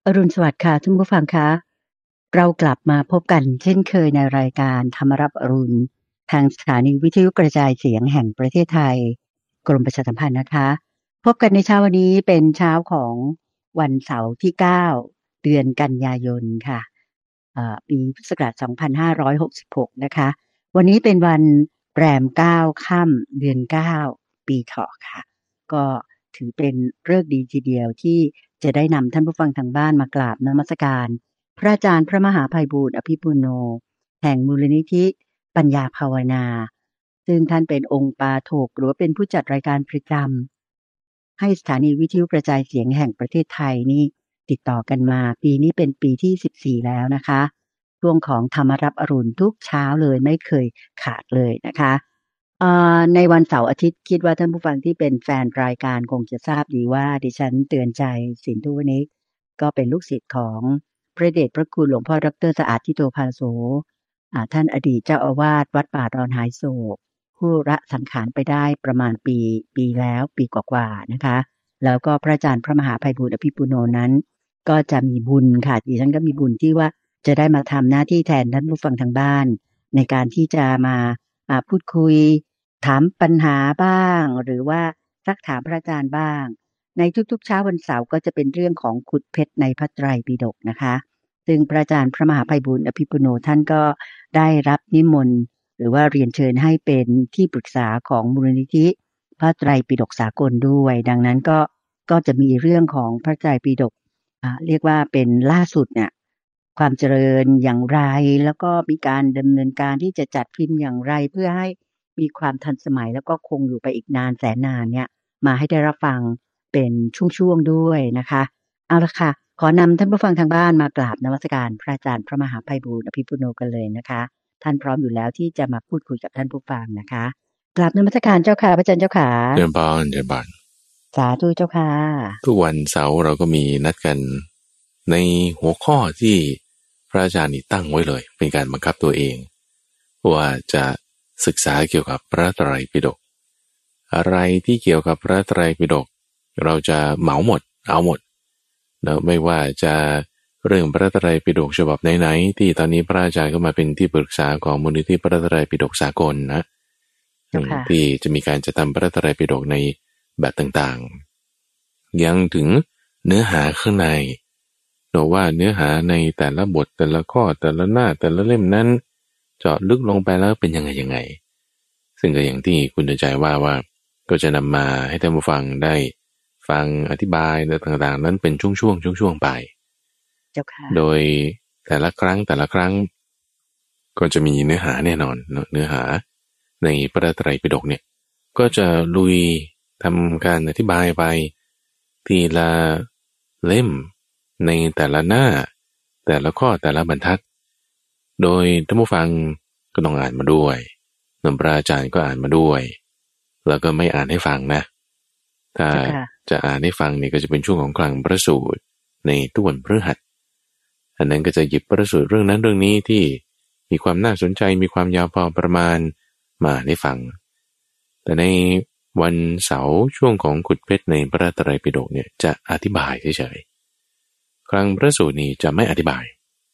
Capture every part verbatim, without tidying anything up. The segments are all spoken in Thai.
อรุณสวัสดิ์ค่ะท่านผู้ฟังคะเรากลับมาพบกันเช่นเคยในรายการธรรมรับอรุณทางสถานีวิทยุกระจายเสียงแห่งประเทศไทยกรมประชาสัมพันธ์นะคะพบกันในเช้าวันนี้เป็นเช้าของวันเสาร์ที่เก้าเดือนกันยายนค่ะปีพุทธศักราชสองพันห้าร้อยหกสิบหกนะคะวันนี้เป็นวันแรมเก้าค่ำเดือนเก้าปีเถาะค่ะก็ถือเป็นฤกษ์ดีทีเดียวที่จะได้นำท่านผู้ฟังทางบ้านมากราบนมัสการพระอาจารย์พระมหาไพบูลย์อภิปุโนแห่งมูลนิธิปัญญาภาวนาซึ่งท่านเป็นองค์ปาถกหรือว่าเป็นผู้จัดรายการประจำให้สถานีวิทยุกระจายเสียงแห่งประเทศไทยนี่ติดต่อกันมาปีนี้เป็นปีที่สิบสี่แล้วนะคะช่วงของธรรมรับอรุณทุกเช้าเลยไม่เคยขาดเลยนะคะในวันเสาร์อาทิตย์คิดว่าท่านผู้ฟังที่เป็นแฟนรายการคงจะทราบดีว่าดิฉันเตือนใจสินธุวณิชก็เป็นลูกศิษย์ของพระเดชพระคุณหลวงพ่อดรสะอาดทิโตภาโสท่านอดีตเจ้าอาวาสวัดป่าดอนหายโศกผู้ละสังขารไปได้ประมาณปีปีแล้วปีกว่าๆนะคะแล้วก็พระอาจารย์พระมหาไพบูลย์อภิปุโนนั้นก็จะมีบุญค่ะดิฉันก็มีบุญที่ว่าจะได้มาทำหน้าที่แทนท่านผู้ฟังทางบ้านในการที่จะมาพูดคุยถามปัญหาบ้างหรือว่าซักถามพระอาจารย์บ้างในทุกๆเช้าวันเสาร์ก็จะเป็นเรื่องของขุดเพชรในพระไตรปิฎกนะคะซึ่งพระอาจารย์พระมหาไพบูลย์อภิปุโนท่านก็ได้รับนิมนต์หรือว่าเรียนเชิญให้เป็นที่ปรึกษาของมูลนิธิพระไตรปิฎกสากลด้วยดังนั้นก็ก็จะมีเรื่องของพระไตรปิฎกอ่าเรียกว่าเป็นล่าสุดเนี่ยความเจริญอย่างไรแล้วก็มีการดำเนินการที่จะจัดพิมพ์อย่างไรเพื่อให้มีความทันสมัยแล้วก็คงอยู่ไปอีกนานแสนนานเนี่ยมาให้ได้รับฟังเป็นช่วงๆด้วยนะคะเอาละค่ะขอนำท่านผู้ฟังทางบ้านมากราบนมัสการพระอาจารย์พระมหาไพบูลย์อภิปุโนกันเลยนะคะท่านพร้อมอยู่แล้วที่จะมาพูดคุยกับท่านผู้ฟังนะคะกราบนมัสการเจ้าค่ะพระอาจารย์เจ้าค่ะเจริญพรเจริญพรสาธุเจ้าค่ะทุกวันเสาร์เราก็มีนัดกันในหัวข้อที่พระอาจารย์นี่ตั้งไว้เลยเป็นการบังคับตัวเองว่าจะศึกษาเกี่ยวกับพระไตรปิฎกอะไรที่เกี่ยวกับพระไตรปิฎกเราจะเหมาหมดเอาหมดแล้วไม่ว่าจะเรื่องพระไตรปิฎกฉบับไหนๆที่ตอนนี้พระอาจารย์ก็มาเป็นที่ปรึกษาของมูลนิธิพระไตรปิฎกสากลนะที่จะมีการจะทำพระไตรปิฎกในแบบต่างๆยังถึงเนื้อหาข้างในหรือว่าเนื้อหาในแต่ละบทแต่ละข้อแต่ละหน้าแต่ละเล่มนั้นเจาะลึกลงไปแล้วเป็นยังไงยังไงซึ่งก็อย่างที่คุณเดินใจว่าว่าก็จะนำมาให้ท่านผู้ฟังได้ฟังอธิบายต่างๆนั้นเป็นช่วงๆช่วงๆไปโดยแต่ละครั้งแต่ละครั้งก็จะมีเนื้อหาแน่นอนเนื้อหาในพระไตรปิฎกเนี่ยก็จะลุยทำการอธิบายไปทีละเล่มในแต่ละหน้าแต่ละข้อแต่ละบรรทัดโดยท่านผู้ฟังก็ต้องอ่านมาด้วยนำพระอาจารย์ก็อ่านมาด้วยแล้วก็ไม่อ่านให้ฟังนะถ้าจะอ่านให้ฟังนี่ก็จะเป็นช่วงของคลังพระสูตรในทุกวันพฤหัสอันนั้นก็จะหยิบพระสูตรเรื่องนั้นเรื่องนี้ที่มีความน่าสนใจมีความยาวพอประมาณมาได้ฟังแต่ในวันเสาร์ช่วงของขุดเพชรในพระไตรปิฎกเนี่ยจะอธิบายเฉยๆครั้งพระสูตรนี้จะไม่อธิบาย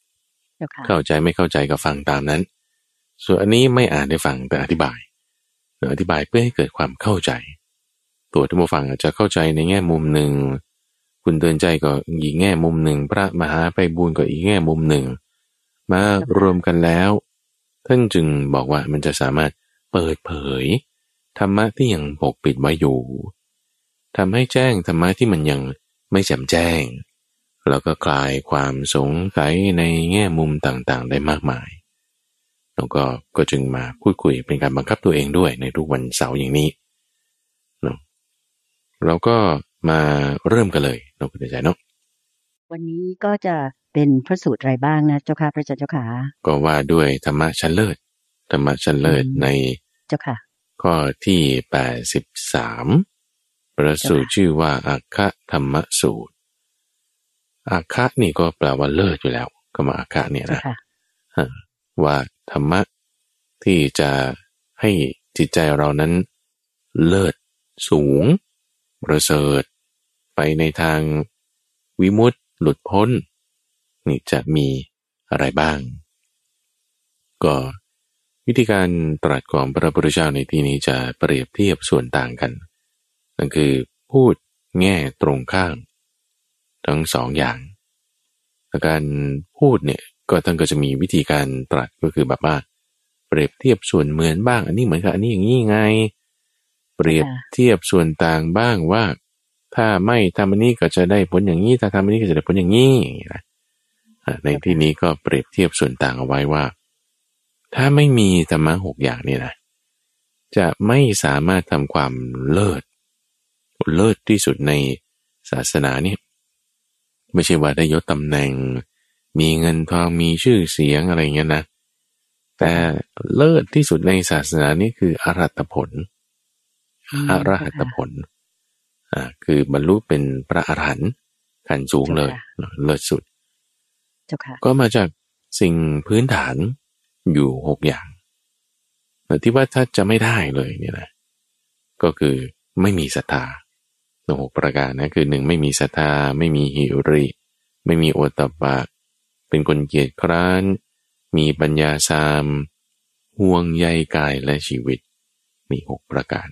okay. เข้าใจไม่เข้าใจก็ฟังตามนั้นส่วนอันนี้ไม่อ่านได้ฟังแต่อธิบายอธิบายเพื่อให้เกิดความเข้าใจตัวท่านผู้ฟังอาจจะเข้าใจในแง่มุมหนึ่งคุณเตือนใจก็อีกแง่มุมหนึ่งพระมหาไพบูลย์ก็อีกแง่มุมหนึ่งมารวมกันแล้วท่านจึงบอกว่ามันจะสามารถเปิดเผยธรรมะที่ยังปกปิดไว้อยู่ทำให้แจ้งธรรมะที่มันยังไม่แจ่มแจ้งแล้วก็คลายความสงสัยในแง่มุมต่างๆได้มากมายแล้วก็ก็จึงมาพูดคุยเป็นการบังคับตัวเองด้วยในทุกวันเสาร์อย่างนี้เนาะเราก็มาเริ่มกันเลยเนาะคุณใจเนาะวันนี้ก็จะเป็นพระสูตรอะไรบ้างนะเจ้าค่ะพระเจ้าเจ้าค่ะก็ว่าด้วยธรรมะชั้นเลิศธรรมะชั้นเลิศในเจ้าค่ะข้อที่แปดสิบสามพระสูตรชื่อว่าอัคคะธรรมสูตรอัคคะนี่ก็แปลว่าเลิศอยู่แล้วก็มาอัคคะเนี่ยนะว่าธรรมะที่จะให้จิตใจเรานั้นเลิศสูงประเสริฐไปในทางวิมุตติหลุดพ้นนี่จะมีอะไรบ้างก็วิธีการตรัสของพระพุทธเจ้าในที่นี้จะเปรียบเทียบส่วนต่างกันนั่นคือพูดแง่ตรงข้ามทั้งสองอย่างการพูดเนี่ยก็ท่านก็จะมีวิธีการตรัสก็คือแบบว่าเปรียบเทียบส่วนเหมือนบ้างอันนี้เหมือนกับอันนี้อย่างนี้ไงเปรียบเทียบส่วนต่างบ้างว่าถ้าไม่ทำอันนี้ก็จะได้ผลอย่างนี้ถ้าทำอันนี้ก็จะได้ผลอย่างนี้นะในที่นี้ก็เปรียบเทียบส่วนต่างเอาไว้ว่าถ้าไม่มีธรรมะหกอย่างนี่นะจะไม่สามารถทำความเลิศเลิศที่สุดในศาสนานี่ไม่ใช่ว่าได้ยศตำแหน่งมีเงินทองมีชื่อเสียงอะไรเงี้ยนะแต่เลิศที่สุดในศาสนานี่คืออรหัตผลอรหัตผลอ่าคือบรรลุเป็นพระอรหันต์ขั้นสูงเลยเลิศสุดก็มาจากสิ่งพื้นฐานอยู่หกอย่างแต่ที่ว่าถ้าจะไม่ได้เลยเนี่ยนะก็คือไม่มีศรัทธาหกประการนะคือหนึ่งไม่มีศรัทธาไม่มีหิริไม่มีโอตตัปปะเป็นคนเกียจคร้านมีปัญญาสามห่วงใยกายและชีวิตมีหกประการ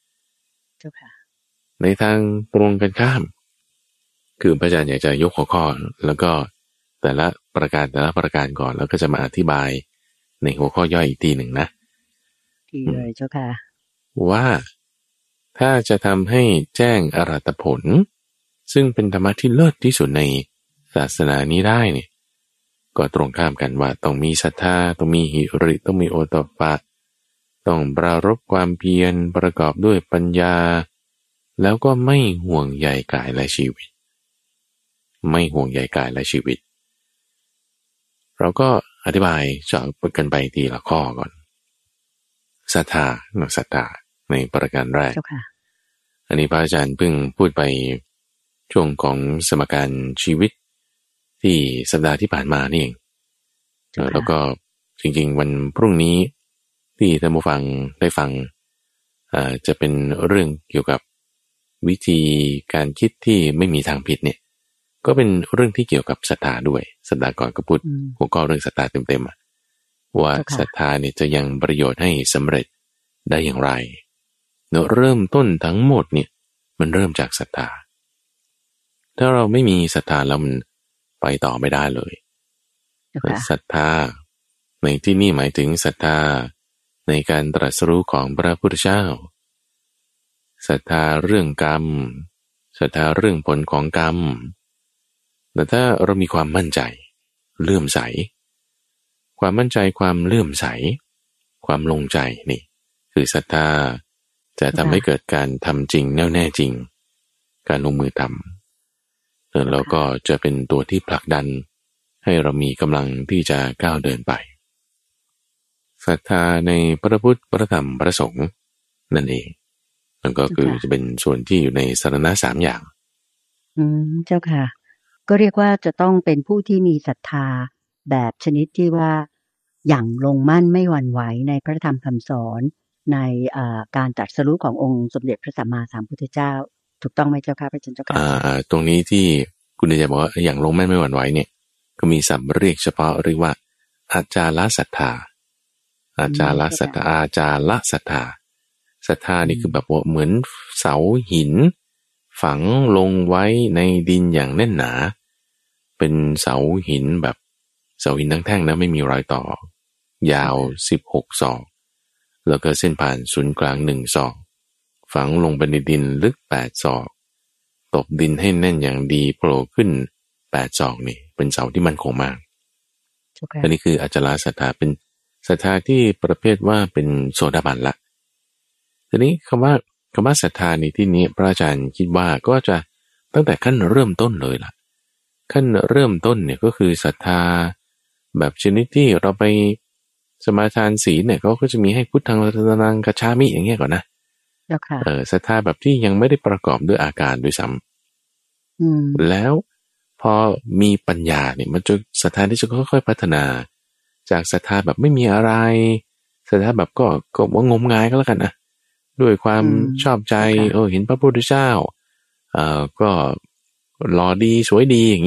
ในทางตรงกันข้ามคือพระอาจารย์อยากจะยกหัวข้อแล้วก็แต่ละประการแต่ละประการก่อนแล้วก็จะมาอธิบายในหัวข้อย่อยอีกทีหนึ่งนะดีเลยเจ้าค่ะว่าถ้าจะทำให้แจ้งอรหัตผลซึ่งเป็นธรรมะที่เลิศที่สุดในศาสนานี้ได้เนี่ยก็ตรงข้ามกันว่าต้องมีศรัทธาต้องมีหิริต้องมีโอตตัปปะต้องปรารภความเพียรประกอบด้วยปัญญาแล้วก็ไม่ห่วงใยกายและชีวิตไม่ห่วงใยกายและชีวิตเราก็อธิบายเจาะกันไปทีละข้อก่อนศรัทธาศรัทธาในประการแรกอันนี้พระอาจารย์เพิ่งพูดไปช่วงของสมการชีวิตที่สัปดาห์ที่ผ่านมานี่เองแล้วก็จริงๆวันพรุ่งนี้ที่ท่านผู้ฟังได้ฟังจะเป็นเรื่องเกี่ยวกับวิธีการคิดที่ไม่มีทางผิดเนี่ยก็เป็นเรื่องที่เกี่ยวกับศรัทธาด้วยสัปดาห์ก่อนก็พูดหัวข้อเรื่องศรัทธาเต็มๆว่าศรัทธาเนี่ยจะยังประโยชน์ให้สำเร็จได้อย่างไรเนาะเริ่มต้นทั้งหมดเนี่ยมันเริ่มจากศรัทธาถ้าเราไม่มีศรัทธาแล้วมันไปต่อไม่ได้เลยศรัทธาในที่นี่หมายถึงศรัทธาในการตรัสรู้ของพระพุทธเจ้าศรัทธาเรื่องกรรมศรัทธาเรื่องผลของกรรมแต่ถ้าเรามีความมั่นใจเลื่อมใสความมั่นใจความเลื่อมใสความลงใจนี่คือศรัทธาจะทำให้เกิดการทำจริงแน่วแน่จริงการลงมือทำแล้วก็จะเป็นตัวที่ผลักดันให้เรามีกำลังที่จะก้าวเดินไปศรัทธาในพระพุทธพระธรรมพระสงฆ์นั่นเองนั่นก็คือจะเป็นส่วนที่อยู่ในสรณะสามอย่างอืมเจ้าค่ะก็เรียกว่าจะต้องเป็นผู้ที่มีศรัทธาแบบชนิดที่ว่าอย่างลงมั่นไม่หวั่นไหวในพระธรรมคำสอนในการตรัสรู้ขององค์สมเด็จพระสัมมาสัมพุทธเจ้าถูกต้องไหมเจ้าค่ะพระอาจารย์เจ้าค่ะอ่าตรงนี้ที่คุณจะบอกว่าอย่างลงมั่นไม่หวั่นไหวเนี่ยก็มีศัพท์เรียกเฉพาะเรียกว่าอาจาระศรัทธาอาจาระศรัทธาอาจาระศรัทธาศรัทธานี่คือแบบว่าเหมือนเสาหินฝังลงไว้ในดินอย่างแน่นหนาเป็นเสาหินแบบเสาหินทั้งแท่งนะไม่มีรอยต่อยาวสิบหกศอกแล้วก็เส้นผ่านศูนย์กลางหนึ่งศอกฝังลงไปในดินลึกแปดศอกตบดินให้แน่นอย่างดีโผล่ขึ้นแปดศอกนี่เป็นเสาที่มั่นคงมากอันนี้คืออาจาระศรัทธาเป็นศรัทธาที่ประเภทว่าเป็นโสดาบันละทีนี้คำว่าคำว่าศรัทธาในที่นี้พระอาจารย์คิดว่าก็จะตั้งแต่ขั้นเริ่มต้นเลยล่ะขั้นเริ่มต้นเนี่ยก็คือศรัทธาแบบชนิดที่เราไปสมาทานศีลเนี่ยเขาก็จะมีให้พุทธังรัตนังคัจฉามิอย่างเงี้ยก่อนนะเออศรัทธาแบบที่ยังไม่ได้ประกอบด้วยอาการด้วยซ้ำแล้วพอมีปัญญาเนี่ยมันจะศรัทธาที่จะค่อยๆพัฒนาจากศรัทธาแบบไม่มีอะไรศรัทธาแบบก็ก็ว่างมงายก็แล้วกันนะด้วยความชอบใจเออเห็นพระพุทธเจ้าเอ่อก็หล่อดีสวยดีอย่างนี้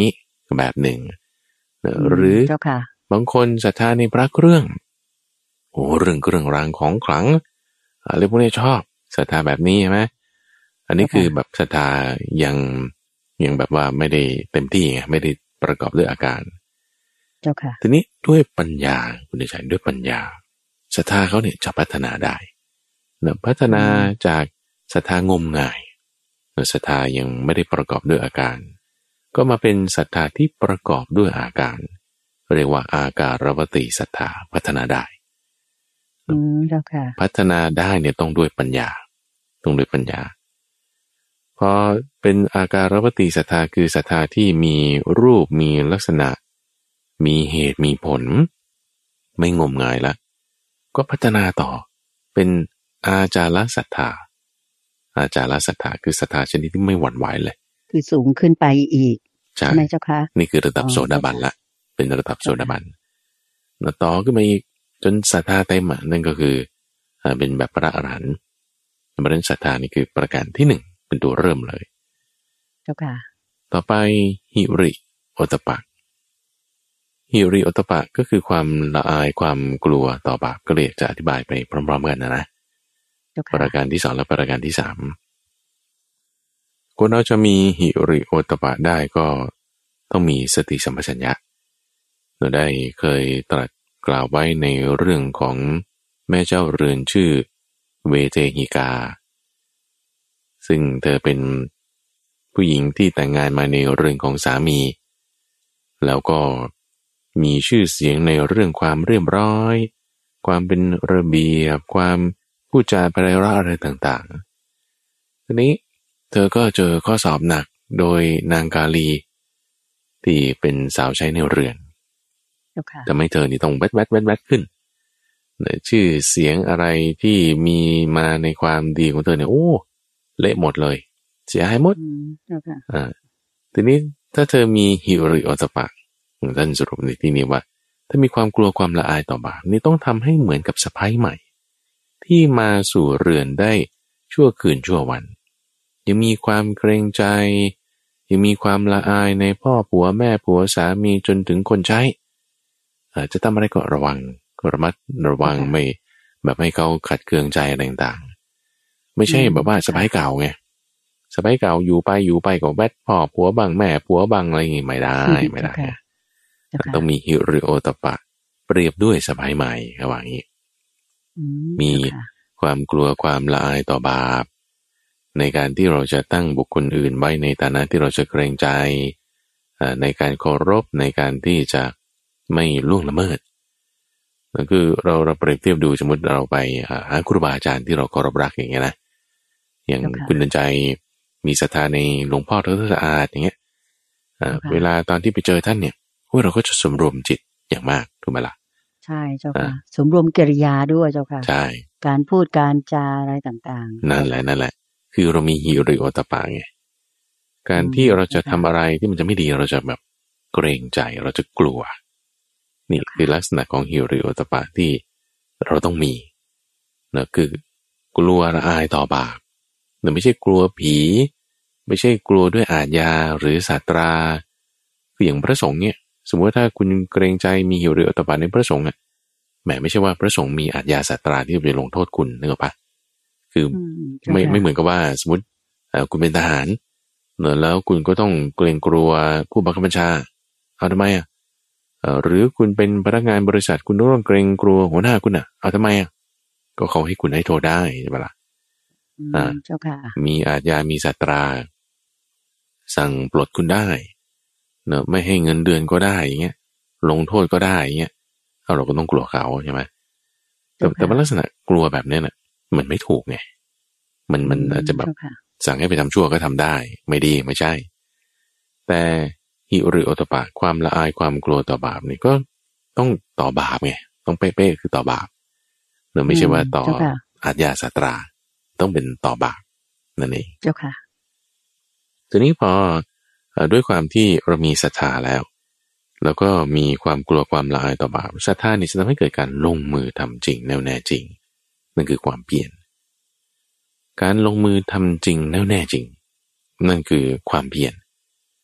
แบบหนึ่งหรือเจ้าค่ะบางคนศรัทธาในพระเครื่องโอ้เรื่องเครื่องรางของขลังอะไรพวกนี้ชอบศรัทธาแบบนี้ใช่ไหมอันนี้คือแบบศรัทธายังยังแบบว่าไม่ได้เต็มที่ไงไม่ได้ประกอบด้วยอาการเจ้าค่ะทีนี้ด้วยปัญญาคุณชัยด้วยปัญญาศรัทธาเขาเนี่ยจะพัฒนาได้นะพัฒนาจากศรัทธางมงายศรัทธายังไม่ได้ประกอบด้วยอาการก็มาเป็นศรัทธาที่ประกอบด้วยอาการเรียกว่าอาการวติศรัทธาพัฒนาได้อืมเจ้าค่ะพัฒนาได้เนี่ยต้องด้วยปัญญาต้องด้วยปัญญาพอเป็นอาการวติศรัทธาคือศรัทธาที่มีรูปมีลักษณะมีเหตุมีผลไม่งมงายละก็พัฒนาต่อเป็นอาจารศรัทธาอาจารศรัทธาคือศรัทธาชนิดที่ไม่หวั่นไหวเลยคือสูงขึ้นไปอีกใช่ไหมเจ้าคะนี่คือระดับโสดาบันละเป็นระดับโสดาบันแล้วต่อขึ้นมาอีกจนศรัทธาเต็มอ่ะนั่นก็คือเป็นแบบพระอรหันต์เพราะฉะนั้นศรัทธานี่คือประการที่หนึ่งเป็นตัวเริ่มเลยเจ้าค่ะต่อไปหิริโอตปะหิริโอตปะก็คือความละอายความกลัวต่อบาปก็เลยจะอธิบายไปพร้อมๆกันนะนะประการที่สองและประการที่สามคนเราจะมีหิริโอตปะได้ก็ต้องมีสติสัมปชัญญะเราได้เคยตรัสกล่าวไว้ในเรื่องของแม่เจ้าเรือนชื่อเวเทหิกาซึ่งเธอเป็นผู้หญิงที่แต่งงานมาในเรือนของสามีแล้วก็มีชื่อเสียงในเรื่องความเรียบร้อยความเป็นระเบียบความพูดจาไพเราะอะไรต่างๆทีนี้เธอก็เจอข้อสอบหนักโดยนางกาลีที่เป็นสาวใช้ในเรือนแต่ไม่เธอนี่ต้องแวดแวดแวดแวดขึ้นชื่อเสียงอะไรที่มีมาในความดีของเธอเนี่ยโอ้เละหมดเลยเสียหายหมดอ่าทีนี้ถ้าเธอมีหิริโอตปะท่านสรุปในที่นี้ว่าถ้ามีความกลัวความละอายต่อบาปนี่ต้องทำให้เหมือนกับสะใภ้ใหม่ที่มาสู่เรือนได้ชั่วคืนชั่ววันยังมีความเกรงใจยังมีความละอายในพ่อผัวแม่ผัวสามีจนถึงคนใช้จะทำอะไรก็ระวังระมัดระวังไม่แบบให้เขาขัดเคืองใจอะไรต่างๆไม่ใช่แบบว่าสะใภ้เก่าไงสะใภ้เก่าอยู่ไปอยู่ไปก็แวดพ่อผัวบังแม่ผัวบังอะไรอย่างงี้ไม่ได้ไม่ได้ต้องมีหิริโอตปะเปรียบด้วยสะใภ้ใหม่ระหว่างนี้มีความกลัวความละอายต่อบาปในการที่เราจะตั้งบุคคลอื่นไว้ในฐานะที่เราจะเกรงใจในการเคารพในการที่จะไม่ล่วงละเมิดนั่นคือเราเราเปรียบเทียบดูสมมติเราไปหาครูบาอาจารย์ที่เราเคารพรักอย่างเงี้ยนะอย่างคุณเดินใจมีศรัทธาในหลวงพ่อทศสะอาดอย่างเงี้ยเวลาตอนที่ไปเจอท่านเนี่ยพวกเราก็จะสำรวมจิตอย่างมากถูกไหมล่ะใช่เจ้าค่ะสำรวมกิริยาด้วยเจ้าค่ะใช่การพูดการจาอะไรต่างๆนั่นแหละนั่นแหละคือเรามีหิริโอตปะไงการที่เราจะทำอะไรที่มันจะไม่ดีเราจะแบบเกรงใจเราจะกลัวนี่คือลักษณะของหิริโอตปะที่เราต้องมีนะคือกลัวละอายต่อบาปแต่ไม่ใช่กลัวผีไม่ใช่กลัวด้วยอาทยาหรือศาสตราอย่างพระสงฆ์เนี่ยสมมติถ้าคุณเกรงใจมีหิริโอตปะในพระสงฆ์อ่ะแหมไม่ใช่ว่าพระสงฆ์มีอาทยาศาสตราที่จะไปลงโทษคุณนึกออกปะคือไม่ไม่เหมือนกับว่าสมมติคุณเป็นทหารเนอะแล้วคุณก็ต้องเกรงกลัวผู้บังคับบัญชาเอาทำไมอ่ะหรือคุณเป็นพนักงานบริษัทคุณต้องเกรงกลัวหัวหน้าคุณอ่ะเอาทำไมอ่ะก็เขาให้คุณให้โทษได้ใช่ปะล่ะอ่าเจ้าค่ะมีอาทยามีศาสตราสั่งปลดคุณได้เนอะไม่ให้เงินเดือนก็ได้อย่างเงี้ยลงโทษก็ได้อย่างเงี้ยเอาเราก็ต้องกลัวเขาใช่ไหมแต่แต่ว่าลักษณะกลัวแบบนี้น่ะมันไม่ถูกไงมันมันอาจจะแบบสั่งให้ไปทำชั่วก็ทำได้ไม่ดีไม่ใช่แต่หิริโอตปะความละอายความกลัวต่อบาปนี่ก็ต้องต่อบาปไงต้องเป๊ะๆคือต่อบาปเนอะไม่ใช่ว่าต่ออาทยาศาสตราต้องเป็นต่อบาปนั่นเองเจ้าค่ะทีนี้พอด้วยความที่เรามีศรัทธาแล้วแล้วก็มีความกลัวความละอายต่อบาปศรัทธานี่จะทำให้เกิดการลงมือทำจริงแน่วแน่จริงนั่นคือความเปลี่ยนการลงมือทำจริงแน่วแน่จริงนั่นคือความเพียร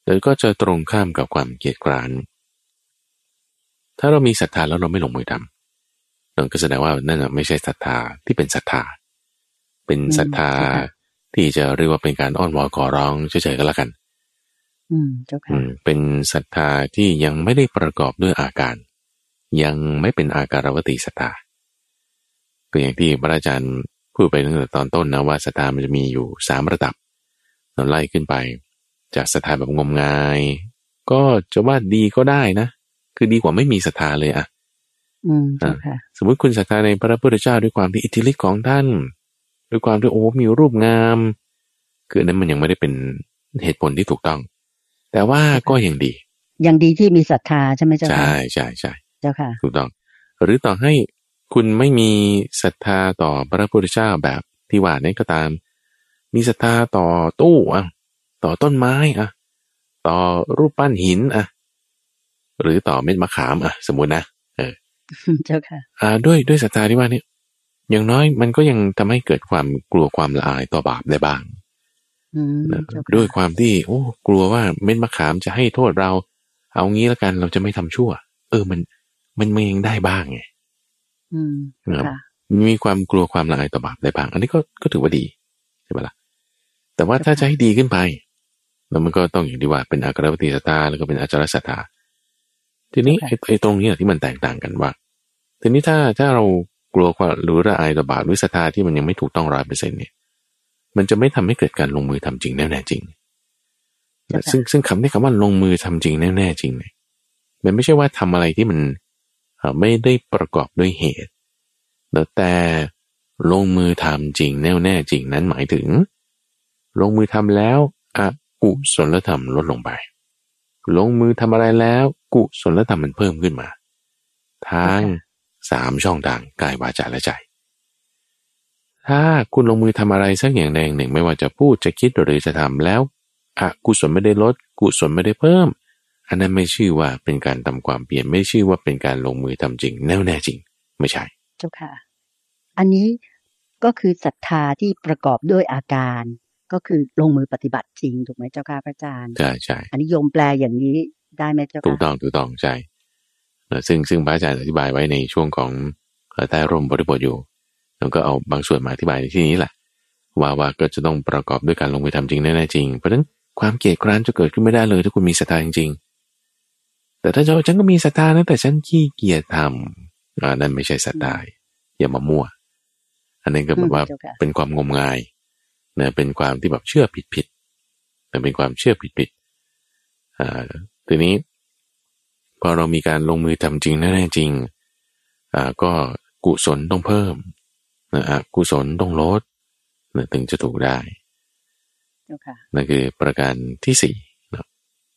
แล้วก็จะตรงข้ามกับความเกียจคร้านถ้าเรามีศรัทธาแล้วเราไม่ลงมือทำนั่นก็แสดงว่านั่นไม่ใช่ศรัทธาที่เป็นศรัทธาเป็นศรัทธาที่จะเรียกว่าเป็นการอ้อนวอนขอร้องเฉยๆก็แล้วกันอืมเจ้าค่ะเป็นศรัทธาที่ยังไม่ได้ประกอบด้วยอาการยังไม่เป็นอาการวติศรัทธาก็อย่างที่พระอาจารย์พูดไปตั้งแต่ตอนต้นนะว่าศรัทธามันจะมีอยู่สามระดับเราไล่ขึ้นไปจากศรัทธาแบบงมงายก็จะว่าดีก็ได้นะคือดีกว่าไม่มีศรัทธาเลยอะอืมเจ้าค่ะสมมติคุณศรัทธาในพระพุทธเจ้าด้วยความที่อิทธิฤทธิ์ของท่านด้วยความที่โอ้มีรูปงามคือนั้นมันยังไม่ได้เป็นเหตุผลที่ถูกต้องแต่ว่าก็ยังดียังดีที่มีศรัทธาใช่ไหมเจ้าค่ะใช่ใช่ใช่เจ้าค่ะถูกต้องหรือต่อให้คุณไม่มีศรัทธาต่อพระพุทธเจ้าแบบที่ว่านี้ก็ตามมีศรัทธาต่อตู้อ่ะต่อต้นไม้อ่ะต่อรูปปั้นหินอ่ะหรือต่อเม็ดมะขามอ่ะสมมุตินะเออเจ้าค่ะอ่าด้วยด้วยศรัทธาที่ว่านี่อย่างน้อยมันก็ยังทำให้เกิดความกลัวความละอายต่อบาปได้บ้างนะด้วยความที่โอ้กลัวว่าเม็ดมะขามจะให้โทษเราเอางี้แล้วกันเราจะไม่ทำชั่วเออมันมันมันยังได้บ้างไงอืมค่ะมีความกลัวความละอายต่อบาปได้บ้างอันนี้ก็ก็ถือว่าดีใช่ไหมล่ะแต่ว่าถ้าจะให้ดีขึ้นไปแล้วมันก็ต้องอย่างที่ว่าเป็นอาการวติศรัทธาแล้วก็เป็นอาจารศรัทธาทีนี้ไอ้ไอ้ตรงนี้ที่มันแตกต่างกันว่าทีนี้ถ้าถ้าเรากลัวความหรือละอายต่อบาปหรือศรัทธาที่มันยังไม่ถูกต้องร้อยเปอร์เซ็นต์เนี่ยมันจะไม่ทำให้เกิดการลงมือทำจริงแน่ๆจริงซึ่งซึ่งคำที่คำว่าลงมือทำจริงแน่ๆจริงเนี่ยมันไม่ใช่ว่าทำอะไรที่มันไม่ได้ประกอบด้วยเหตุแต่ลงมือทำจริงแน่แน่จริงนั้นหมายถึงลงมือทำแล้วอกุศลธรรมลดลงไปลงมือทำอะไรแล้วกุศลธรรมมันเพิ่มขึ้นมาทางสามช่องทางกายวาจาและใจถ้าคุณลงมือทำอะไรสักอย่างใดอย่างหนึ่งไม่ว่าจะพูดจะคิดหรือจะทำแล้วอกุศลไม่ได้ลดกุศลไม่ได้เพิ่มอันนั้นไม่ชื่อว่าเป็นการทำความเปลี่ยนไม่ชื่อว่าเป็นการลงมือทำจริงแน่แน่จริงไม่ใช่เจ้าค่ะอันนี้ก็คือศรัทธาที่ประกอบด้วยอาการก็คือลงมือปฏิบัติจริงถูกไหมเจ้าค่ะพระอาจารย์ใช่ใช่อันนี้โยมแปลอย่างนี้ได้ไหมเจ้าค่ะถูกต้องถูกต้องใช่ซึ่งซึ่งพระอาจารย์อธิบายไว้ในช่วงของใต้ร่มบริบทอยู่แล้วก็เอาบางส่วนมาอธิบายในที่นี้แหละว่าว่าก็จะต้องประกอบด้วยการลงมือทำจริงแน่ๆจริงเพราะฉะนั้นความเกลียดคร้านจะเกิดขึ้นไม่ได้เลยถ้าคุณมีศรัทธาจริงๆแต่ถ้าเจ้าฉันก็มีศรัทธานะแต่ฉันขี้เกียจทำอ่านั่นไม่ใช่ศรัทธาอย่ามามั่วอันนั้นก็แบบว่าเป็นความงมงายนะเป็นความที่แบบเชื่อผิดๆแต่เป็นความเชื่อผิดๆอ่าทีนี้พอเรามีการลงมือทำจริงแน่ๆจริงอ่าก็กุศลต้องเพิ่มนะอกุศลต้องลดนะถึงจะถูกได้นั่นคือประการที่สี่นะ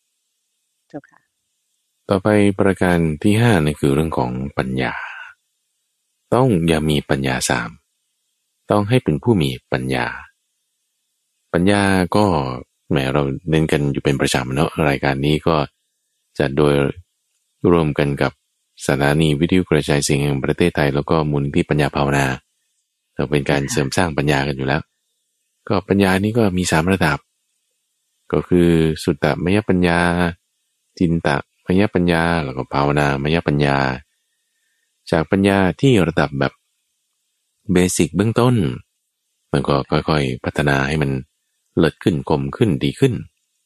ต่อไปประการที่ห้านั่นคือเรื่องของปัญญาต้องอย่ามีปัญญาสามต้องให้เป็นผู้มีปัญญาปัญญาก็แหมเราเน้นกันอยู่เป็นประจำเนาะรายการนี้ก็จะโดยรวมกันกับสถานีวิทยุกระจายเสียงแห่งประเทศไทยแล้วก็มูลนิธิปัญญาภาวนาเราเป็นการเสริมสร้างปัญญากันอยู่แล้วก็ปัญญานี้ก็มีสามระดับก็คือสุตตมยปัญญาจินตมยปัญญาแล้วก็ภาวนามยปัญญาจากปัญญาที่ระดับแบบเบสิกเบื้องต้นมันก็ค่อยๆพัฒนาให้มันเลิศขึ้นคมขึ้นดีขึ้น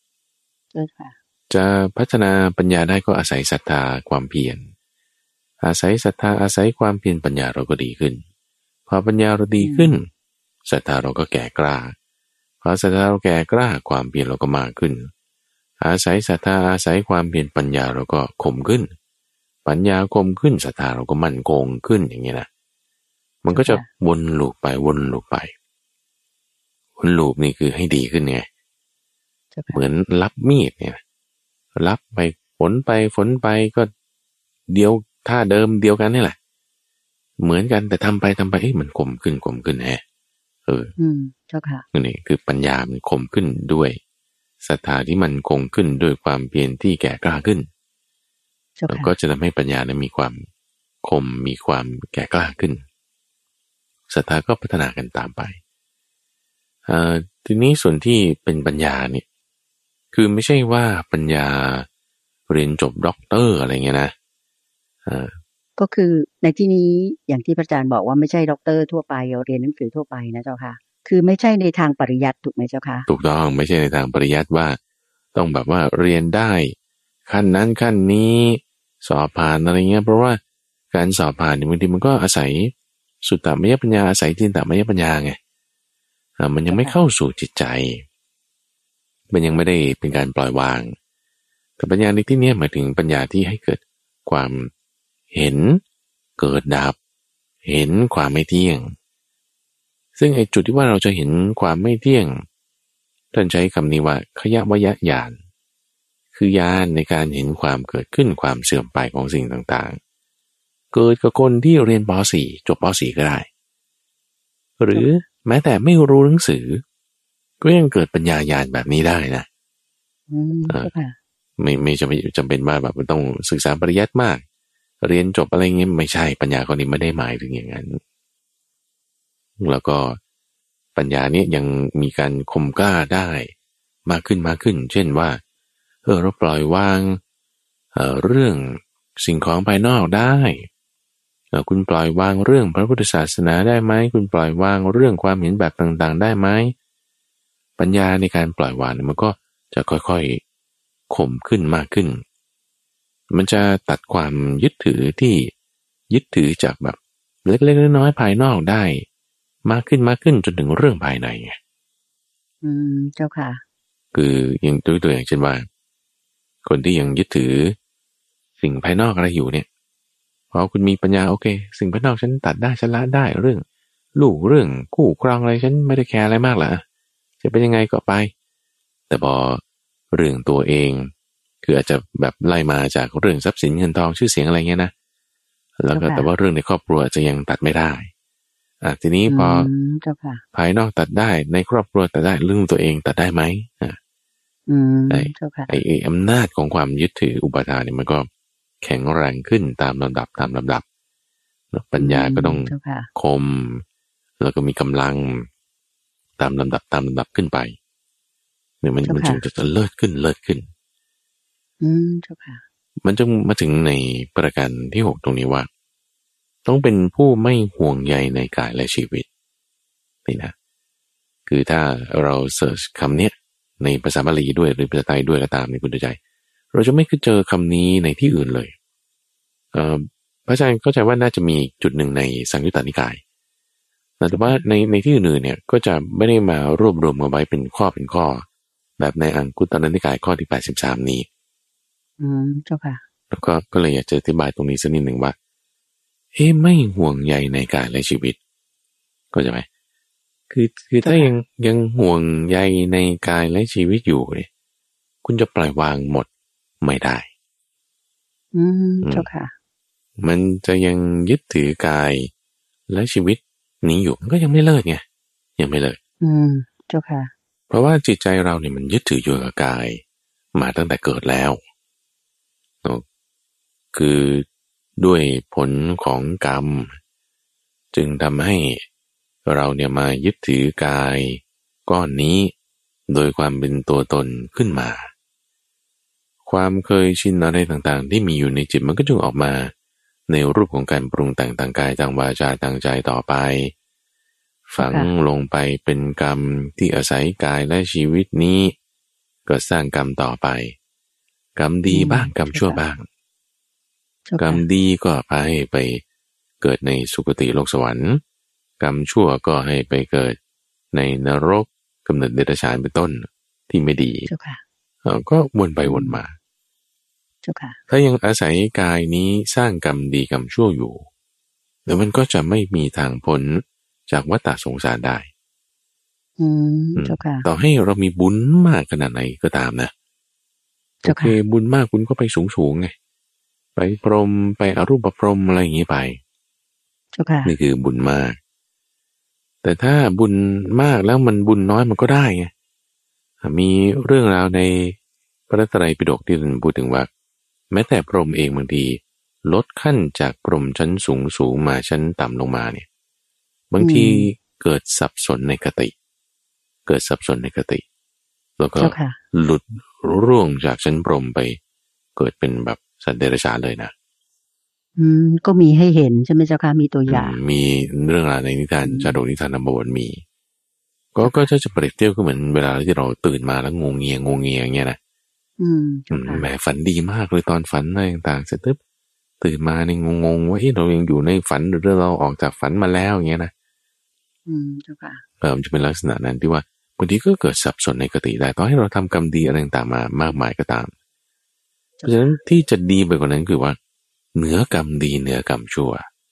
จะพัฒนาปัญญาได้ก็อาศัยศรัทธาความเพียรอาศัยศรัทธาอาศัยความเพียรปัญญาเราก็ดีขึ้นพอปัญญาเราดีขึ้นศรัทธาเราก็แก่กล้าพอศรัทธาเราแก่กล้าความเพียรเราก็มากขึ้นอาศัยศรัทธาอาศัยความเพียรปัญญาเราก็คมขึ้นปัญญาคมขึ้นศรัทธาเราก็มั่นคงขึ้นอย่างนี้นะมันก็จะวนลูปไปวนลูปไปวนลูปนี่คือให้ดีขึ้นไงเหมือนรับมีดเนี่ยรับไปฝนไปฝนไปก็เดียวท่าเดิมเดียวกันนี่แหละเหมือนกันแต่ทำไปทำไปเอ้ยมันคมขึ้นคมขึ้นแฮะเอออืมเจ้าค่ะนี่คือปัญญามันคมขึ้นด้วยศรัทธาที่มันคงขึ้นด้วยความเพียรที่แก่กล้าขึ้นแล้วก็จะทำให้ปัญญานั้นมีความคมมีความแก่กล้าขึ้นศรัทธาก็พัฒนากันตามไปอ่าทีนี้ส่วนที่เป็นปัญญาเนี่ยคือไม่ใช่ว่าปัญญาเรียนจบด็อกเตอร์อะไรเงี้ยนะอ่าก็คือในที่นี้อย่างที่พระอาจารย์บอกว่าไม่ใช่ด็อกเตอร์ทั่วไปเรียนหนังสือทั่วไปนะเจ้าค่ะคือไม่ใช่ในทางปริยัติถูกไหมเจ้าค่ะถูกต้องไม่ใช่ในทางปริยัติว่าต้องแบบว่าเรียนได้ขั้นนั้นขั้นนี้สอบผ่านอะไรเงี้ยเพราะว่าการสอบผ่านเนี่ยบางทีมันก็อาศัยสุตตมยปัญญาอาศัยจินตมยปัญญาไงอ่ามันยังไม่เข้าสู่จิตใจมันยังไม่ได้เป็นการปล่อยวางแต่ปัญญาในที่นี้หมายถึงปัญญาที่ให้เกิดความเห็นเกิดดับเห็นความไม่เที่ยงซึ่งไอ้จุดที่ว่าเราจะเห็นความไม่เที่ยงท่านใช้คำนี้ว่าขยวยญาณคือญาณในการเห็นความเกิดขึ้นความเสื่อมไปของสิ่งต่างๆเกิดกับคนที่เรียนป .สี่ จบป .สี่ ก็ได้หรือแม้แต่ไม่รู้หนังสือก็ยังเกิดปัญญาญาณแบบนี้ได้นะอืมค่ะไม่ไม่จำเป็นจำเป็นว่าแบบมันต้องศึกษาปริยัติมากเรียนจบอะไรเงี้ยไม่ใช่ปัญญาคนนี้ไม่ได้หมายถึงอย่างนั้นแล้วก็ปัญญาเนี้ยยังมีการคมกล้าได้มากขึ้นมากขึ้นเช่นว่าเออเราปล่อยวางเอ่อเรื่องสิ่งของภายนอกได้เออคุณปล่อยวางเรื่องพระพุทธศาสนาได้ไหมคุณปล่อยวางเรื่องความเห็นแบบต่างๆได้ไหมปัญญาในการปล่อยวางมันก็จะค่อยๆข่มขึ้นมากขึ้นมันจะตัดความยึดถือที่ยึดถือจากแบบเล็กๆน้อยๆภายนอกได้มากขึ้นมากขึ้นจนถึงเรื่องภายในไงอืมเจ้าค่ะคืออย่างตัวตัวอย่างเช่นว่าคนที่ยังยึดถือสิ่งภายนอกอะไรอยู่เนี่ยพอคุณมีปัญญาโอเคสิ่งภายนอกฉันตัดได้ฉันละได้เรื่องลูกเรื่องคู่ครองอะไรฉันไม่ได้แคร์อะไรมากหรอกจะเป็นยังไงก็ไปแต่พอเรื่องตัวเองคืออาจจะแบบไล่มาจากเรื่องทรัพย์สินเงินทองชื่อเสียงอะไรเงี้ยนะแล้วก็แต่ว่าเรื่องในครอบครัวจะยังตัดไม่ได้อ่ะทีนี้พอภายนอกตัดได้ในครอบครัวตัดได้เรื่องตัวเองตัดได้ไหมอ่ะไอ้ไอ้ไอ้อำนาจของความยึดถืออุปทานเนี่ยมันก็แข็งแรงขึ้นตามลำดับตามลำดับปัญญาก็ต้องคมแล้วก็มีกำลังตามลำดับตามลำดับขึ้นไปเนี่ยมันมันจึงจะเลิศขึ้นเลิศขึ้นอืมเจ้าค่ะมันจึงมาถึงในประการที่หกตรงนี้ว่าต้องเป็นผู้ไม่ห่วงใยในกายและชีวิตนี่นะคือถ้าเราเสิร์ชคำนี้ในภาษาบาลีด้วยหรือภาษาไทยด้วยก็ตามในคุณใจเราจะไม่เคยเจอคำนี้ในที่อื่นเลยเอ่อพระอาจารย์เข้าใจว่าน่าจะมีจุดหนึ่งในสังยุตตนิกายแต่ว่าในในที่อื่นเนี่ยก็จะไม่ได้มารวบรวมกันไว้เป็นข้อเป็นข้อแบบในอังคุตตนิกายข้อที่แปดสิบสามนี้อืมเจ้าค่ะแล้วก็ก็เลยอยากจะอธิบายตรงนี้สักนิดหนึ่งว่าเฮ้ไม่ห่วงใยในกายและชีวิตก็จะไหมคือคือถ้ายังยังห่วงใยในกายและชีวิตอยู่เนี่ยคุณจะปล่อยวางหมดไม่ได้อืมเจ้าค่ะมันจะยังยึดถือกายและชีวิตนี้อยู่มันก็ยังไม่เลิกไงยังไม่เลิกอืมเจ้าค่ะเพราะว่าจิตใจเราเนี่ยมันยึดถืออยู่กับกายมาตั้งแต่เกิดแล้วคือด้วยผลของกรรมจึงทำให้เราเนี่ยมายึดถือกายก้อนนี้โดยความเป็นตัวตนขึ้นมาความเคยชินอะไรต่างๆที่มีอยู่ในจิตมันก็จึงออกมาในรูปของการปรุงแต่งทางกายทางวาจาทางใจต่อไปฝังลงไปเป็นกรรมที่อาศัยกายและชีวิตนี้ก็สร้างกรรมต่อไปกรรมดีบ้างกรรมชั่วบ้างกรรมดีก็พาให้ไปเกิดในสุคติโลกสวรรค์กรรมชั่วก็ให้ไปเกิดในนรกกำเนิดเดรัจฉานเป็นต้นที่ไม่ดีก็วนไปวนมาถ้ายังอาศัยกายนี้สร้างกรรมดีกรรมชั่วอยู่แล้วมันก็จะไม่มีทางพ้นจากวัฏสงสารได้ต่อให้เรามีบุญมากขนาดไหนก็ตามนะโอเคบุญมากคุณก็ไปสูงสูงไงไปพรหมไปอรูปพรหมอะไรอย่างนี้ไปนี่คือบุญมากแต่ถ้าบุญมากแล้วมันบุญน้อยมันก็ได้ไงมีเรื่องราวในพระไตรปิฎกที่ท่านพูดถึงว่าแม้แต่พรหมเองบางทีลดขั้นจากพรหมชั้นสูงสูงมาชั้นต่ำลงมาเนี่ยบางทีเกิดสับสนในคติเกิดสับสนในคติแล้วก็หลุดร่วงจากชั้นพรหมไปเกิดเป็นแบบสัตว์เดรัจฉานเลยนะอืมก็มีให้เห็นใช่ไหมเจ้าค่ะมีตัวอย่างมีเรื่องราวในนิทานชาดกนิทานนบวรมีก็ก็จะจะเปรียบเทียบก็เหมือนเวลาที่เราตื่นมาแล้วงงเงียงงเงียอย่างเงี้ยนะอืมแหมฝันดีมากเลยตอนฝันอะไรต่างๆเสร็จปุ๊บตื่นมาในงงๆว่าเอ๊ะเรายังอยู่ในฝันหรือเราออกจากฝันมาแล้วอย่างเงี้ยนะอืมเจ้าค่ะเออมันจะเป็นลักษณะนั้นที่ว่าบางทีก็เกิดสับสนในกติได้ต่อให้เราทำกรรมดีอะไรต่างๆมามากมายก็ตามเพราะฉะนั้นที่จะดีไปกว่านั้นคือว่าเหนือกรรมดีเหนือกรรมชั่ว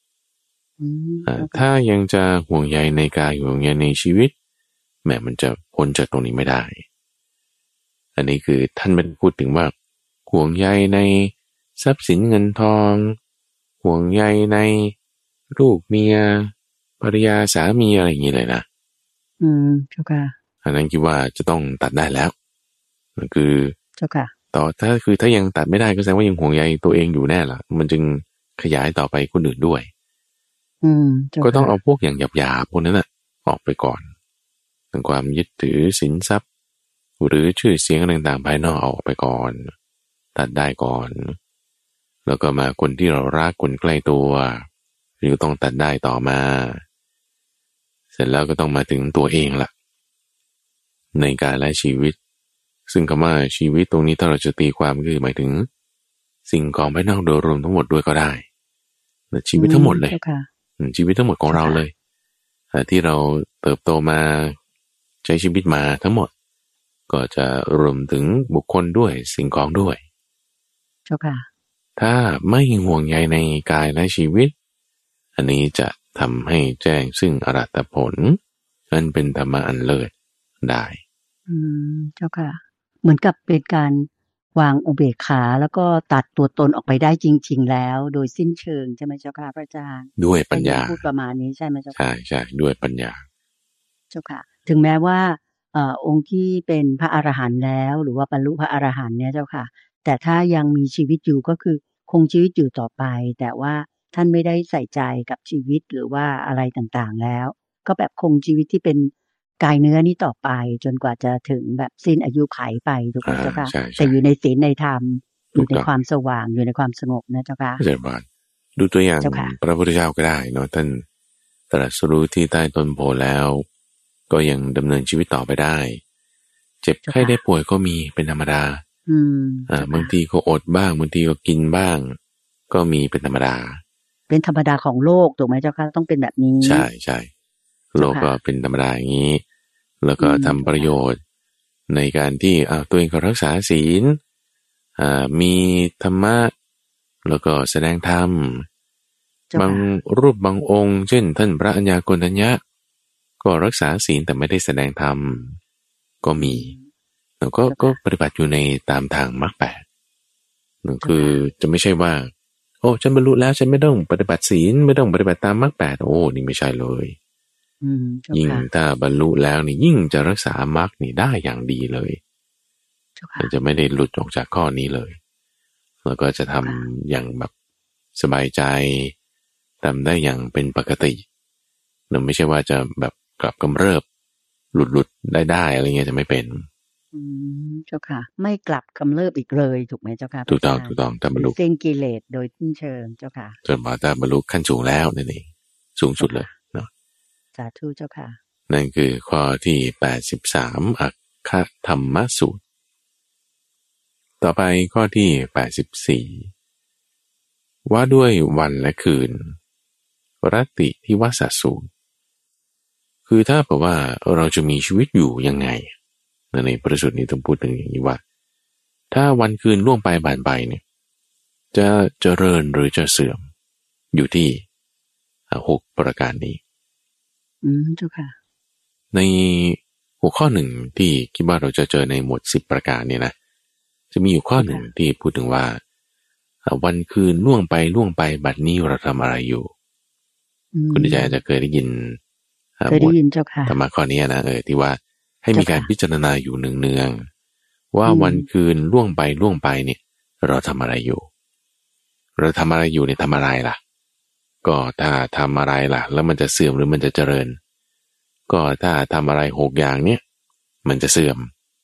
ถ้ายังจะห่วงใยในกายห่วงใยในชีวิตแม้มันจะพ้นจากตรงนี้ไม่ได้อันนี้คือท่านไม่พูดถึงว่าห่วงใยในทรัพย์สินเงินทองห่วงใยในลูกเมียภรรยาสามีอะไรอย่างนี้เลยนะอืมเจ้าค่ะอันนั้นคิดว่าจะต้องตัดได้แล้วมันคือเจ้าค่ะต่อถ้าคือถ้ายังตัดไม่ได้ก็แสดงว่ายังห่วงใยตัวเองอยู่แน่ล่ะมันจึงขยายต่อไปคนอื่นด้วยอืมก็ต้องเอาพวกอย่างหยาบๆพวกนั้นน่ะออกไปก่อนถึงความยึดถือสินทรัพย์หรือชื่อเสียงต่างๆภายนอกเอาออกไปก่อนตัดได้ก่อนแล้วก็มาคนที่เรารักคนใกล้ตัวหรือต้องตัดได้ต่อมาเสร็จแล้วก็ต้องมาถึงตัวเองล่ะในการและชีวิตซึ่งคำว่าชีวิตตรงนี้ถ้าเราจะตีความคือหมายถึงสิ่งของภายนอกโดยรวมทั้งหมดด้วยก็ได้ชีวิตทั้งหมดเลยชีวิตทั้งหมดของเราเลยที่เราเติบโตมาใช้ชีวิตมาทั้งหมดก็จะรวมถึงบุคคลด้วยสิ่งของด้วยเจ้าค่ะถ้าไม่ห่วงใยในกายและชีวิตอันนี้จะทำให้แจ้งซึ่งอรหัตผลนั่นเป็นธรรมะอันเลิศได้อืมเจ้าค่ะเหมือนกับเป็นการวางอุเบกขาแล้วก็ตัดตัวตนออกไปได้จริงๆแล้วโดยสิ้นเชิงใช่ไหมเจ้าค่ะพระอาจารย์ด้วยปัญญาพูดประมาณนี้ใช่ไหมเจ้าค่ะใช่ใช่ด้วยปัญญาเจ้าค่ะถึงแม้ว่าเอ่อองค์ที่เป็นพระอรหันต์แล้วหรือว่าบรรลุพระอรหันต์เนี่ยเจ้าค่ะแต่ถ้ายังมีชีวิตอยู่ก็คือคงชีวิตอยู่ต่อไปแต่ว่าท่านไม่ได้ใส่ใจกับชีวิตหรือว่าอะไรต่างๆแล้วก็แบบคงชีวิตที่เป็นกายเนื้อนี้ต่อไปจนกว่าจะถึงแบบสิ้นอายุขัยไปถูกไหมเจ้าค่ะแต่อยู่ในศีลในธรรมอยู่ในความสว่างอยู่ในความสงบนะเจ้าค่ะเจริญพรดูตัวอย่างพระพุทธเจ้าก็ได้เนาะท่านตรัสรู้ที่ใต้ต้นโพแล้วก็ยังดำเนินชีวิตต่อไปได้เจ็บไข้ได้ป่วยก็มีเป็นธรรมดาอืมอ่าบางทีก็อดบ้างบางทีก็กินบ้างก็มีเป็นธรรมดาเป็นธรรมดาของโลกถูกไหมเจ้าค่ะต้องเป็นแบบนี้ใช่ใช่โลกก็เป็นธรรมดาอย่างนี้แล้วก็ทำประโยชน์ในการที่อ่าตัวเองก็รักษาศีลอ่ามีธรรมะแล้วก็แสดงธรรมบางรูปบางองค์เช่นท่านพระอัญญาโกณทัญญะก็รักษาศีลแต่ไม่ได้แสดงธรรมก็มีแล้วก็ก็ปฏิบัติอยู่ในตามทางมรรคแปดนั่นคือจะไม่ใช่ว่าโอ้ฉันบรรลุแล้วฉันไม่ต้องปฏิบัติศีลไม่ต้องปฏิบัติตามมรรคแปดโอ้นี่ไม่ใช่เลยยิ่งถ้าบรรลุแล้วนี่ยิ่งจะรักษามรรคนี่ได้อย่างดีเลยมันจะไม่ได้หลุดออกจากข้อนี้เลยแล้วก็จะทำอย่างแบบสบายใจทำได้อย่างเป็นปกติเราไม่ใช่ว่าจะแบบกลับกำเริบหลุดหลุดได้ได้อะไรเงี้ยจะไม่เป็นอืมเจ้าค่ะไม่กลับกำเริบอีกเลยถูกไหมเจ้าค่ะถูกต้องถูกต้องถ้าบรรลุสิ้นกิเลสโดยสิ้นเชิงเจ้าค่ะจนมาถ้าบรรลุขั้นสูงแล้วนั่นเองสูงสุดเลยเนาะสาธุเจ้าค่ะนั่นคือข้อที่แปดสิบสามอัคคธรรมสูตรต่อไปข้อที่แปดสิบสี่ว่าด้วยวันและคืนรติที่วสสูตรคือถ้าบอกว่าเราจะมีชีวิตอยู่ยังไงในพระสูตรนี้ต้องพูดถึงอย่างนี้ว่าถ้าวันคืนล่วงไปผ่านไปเนี่ยจะเจริญหรือจะเสื่อมอยู่ที่หกประการนี้อืมเจ้าค่ะในหัวข้อหนึ่งที่คิดว่าเราจะเจอในหมวดสิบประการเนี่ยนะจะมีอยู่ข้อหนึ่งที่พูดถึงว่าวันคืนล่วงไปล่วงไปบัดนี้เราทำอะไรอยู่คุณใจจะเคยได้ยินเคยได้ยินเจ้าค่ะธรรมะข้อนี้นะเออที่ว่าให้มีการพิจารณาอยู่เนืองๆว่าวันคืนล่วงไปล่วงไปเนี่ยเราทำอะไรอยู่เราทำอะไรอยู่เนี่ยทำอะไรล่ะก็ถ้าทำอะไรล่ะแล้วมันจะเสื่อมหรือมันจะเจริญก็ถ้าทำอะไรหกอย่างเนี้ยมันจะเสื่อม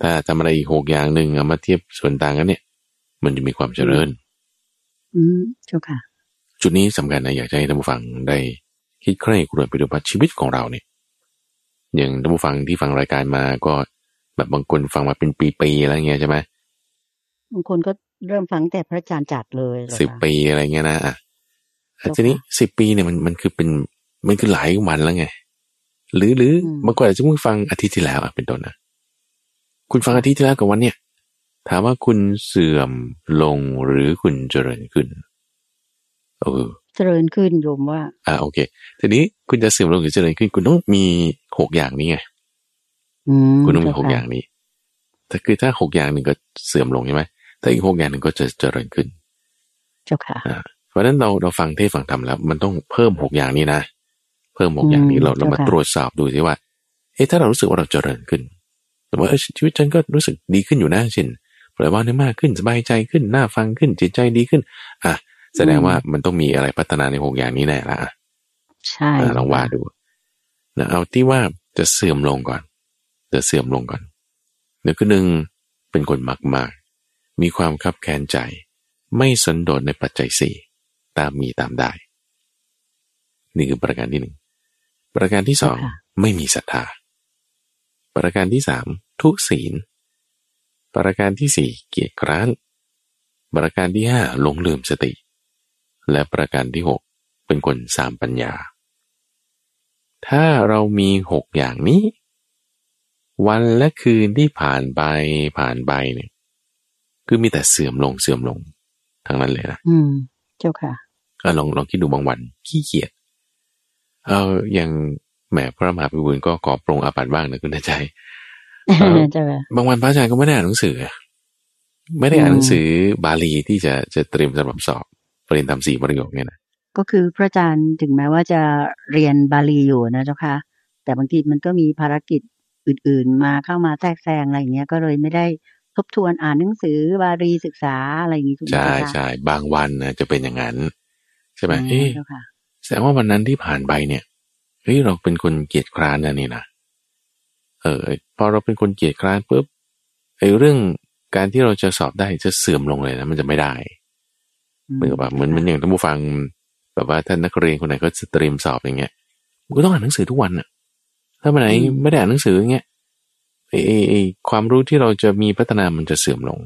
ถ้าทำอะไรอีกหกอย่างหนึ่งเอามาเทียบส่วนต่างกันเนี่ยมันจะมีความเจริญอืมเจ้าค่ะจุดนี้สำคัญนะอยากจะให้ท่านผู้ฟังได้คิดใคร่ครวญไปดูว่าชีวิตของเราเนี่ยอย่างท่านผู้ฟังที่ฟังรายการมาก็แบบบางคนฟังมาเป็นปีๆอะไรเงี้ยใช่ไหมบางคนก็เริ่มฟังแต่พระอาจารย์จัดเลยสิบปีอะไรเงี้ยนะอ่ะทีนี้สิบปีเนี่ยมันมันคือเป็นมันคือหลายวันแล้วไงหรือหรือบางคนอาจจะเพิ่งฟังอาทิตย์ที่แล้วอ่ะเป็นต้นนะคุณฟังอาทิตย์ที่แล้วกับวันเนี่ยถามว่าคุณเสื่อมลงหรือคุณเจริญขึ้นเออเจริญขึ้นโยมว่าอ่าโอเคทีนี้คุณจะเสื่อมลงหรือเจริญขึ้นคุณต้องมีหกอย่างนี้ไงคุณต้องมีหกอย่างนี้แต่คือถ้าหกอย่างหนึ่งก็เสื่อมลงใช่ไหมแต่อีกหกอย่างหนึ่งก็จะเจริญขึ้นเจ้าค่ะอ่าเพราะฉะนั้นเราเราฟังเทศฟังธรรมแล้วมันต้องเพิ่มหกอย่างนี้นะเพิ่มหกอย่างนี้เราเรามาตรวจสอบดูสิว่าเอ๊ะถ้าเรารู้สึกว่าเราเจริญขึ้นแต่ว่าชีวิตฉันก็รู้สึกดีขึ้นอยู่นะเช่นปล่อยวางได้มากขึ้นสบายใจขึ้นน่าฟังขึ้นจิตใจดีขึ้นอ่ะแสดงว่ามันต้องมีอะไรพัฒนาในหกอย่างนี้แน่ละอ่ะใช่ลองว่าดูนะเอาที่ว่าจะเสื่อมลงก่อนจะเสื่อมลงก่อนหนึ่งคือหนึ่งเป็นคนมากมากมีความคับแค้นใจไม่สันโดษในปัจจัยสี่ตามมีตามได้นี่คือประการที่หนึ่งประการที่สองไม่มีศรัทธาประการที่สามทุศีลประการที่สี่เกียจคร้านประการที่ห้าหลงลืมสติและประการที่หกเป็นคนสามปัญญาถ้าเรามีหกอย่างนี้วันและคืนที่ผ่านไปผ่านไปเนี่ยคือมีแต่เสื่อมลงเสื่อมลงทั้งนั้นเลยนะอืมเจ้าค่ะก็ลองลองคิดดูบางวันขี้เกียจเอออย่างแหมพระมหาภิบุญก็ขอปรงอาบัติบ้างนะคุณใจบางวันพระอาจารย์ก็ไม่ได้อ่านหนังสือไม่ได้อ่านหนังสือบาลีที่จะจะเตรียมสำหรับสอบปริญญาธรรมสี่ประโยคเนี่ยนะก็คือพระอาจารย์ถึงแม้ว่าจะเรียนบาลีอยู่นะเจ้าค่ะแต่บางทีมันก็มีภารกิจอื่นๆมาเข้ามาแทรกแซงอะไรอย่างเงี้ยก็เลยไม่ได้ทบทวนอ่านหนังสือบาลีศึกษาอะไรอย่างนี้ถูกไหมคะใช่ใช่บางวันนะจะเป็นอย่างนั้นใช่ไหมเอ๊ะแสดงว่าวันนั้นที่ผ่านไปเนี่ยเฮ้ยเราเป็นคนเกียจคร้านนะนี่นะเออพอเราเป็นคนเกียจคร้านปุ๊บไอ้เรื่องการที่เราจะสอบได้จะเสื่อมลงเลยนะมันจะไม่ได้เหมือนแบบเหมือนมันอย่างท่านผู้ฟังแบบว่าท่านนักเรียนคนไหนก็จะเตรียมสอบอย่างเงี้ยมันก็ต้องอ่านหนังสือทุกวันอ่ะถ้าวันไหนไม่ได้อ่านหนังสืออย่างเงี้ยไอ้ไอ้ความรู้ที่เราจะมีพัฒนามันจะเสื่อมลง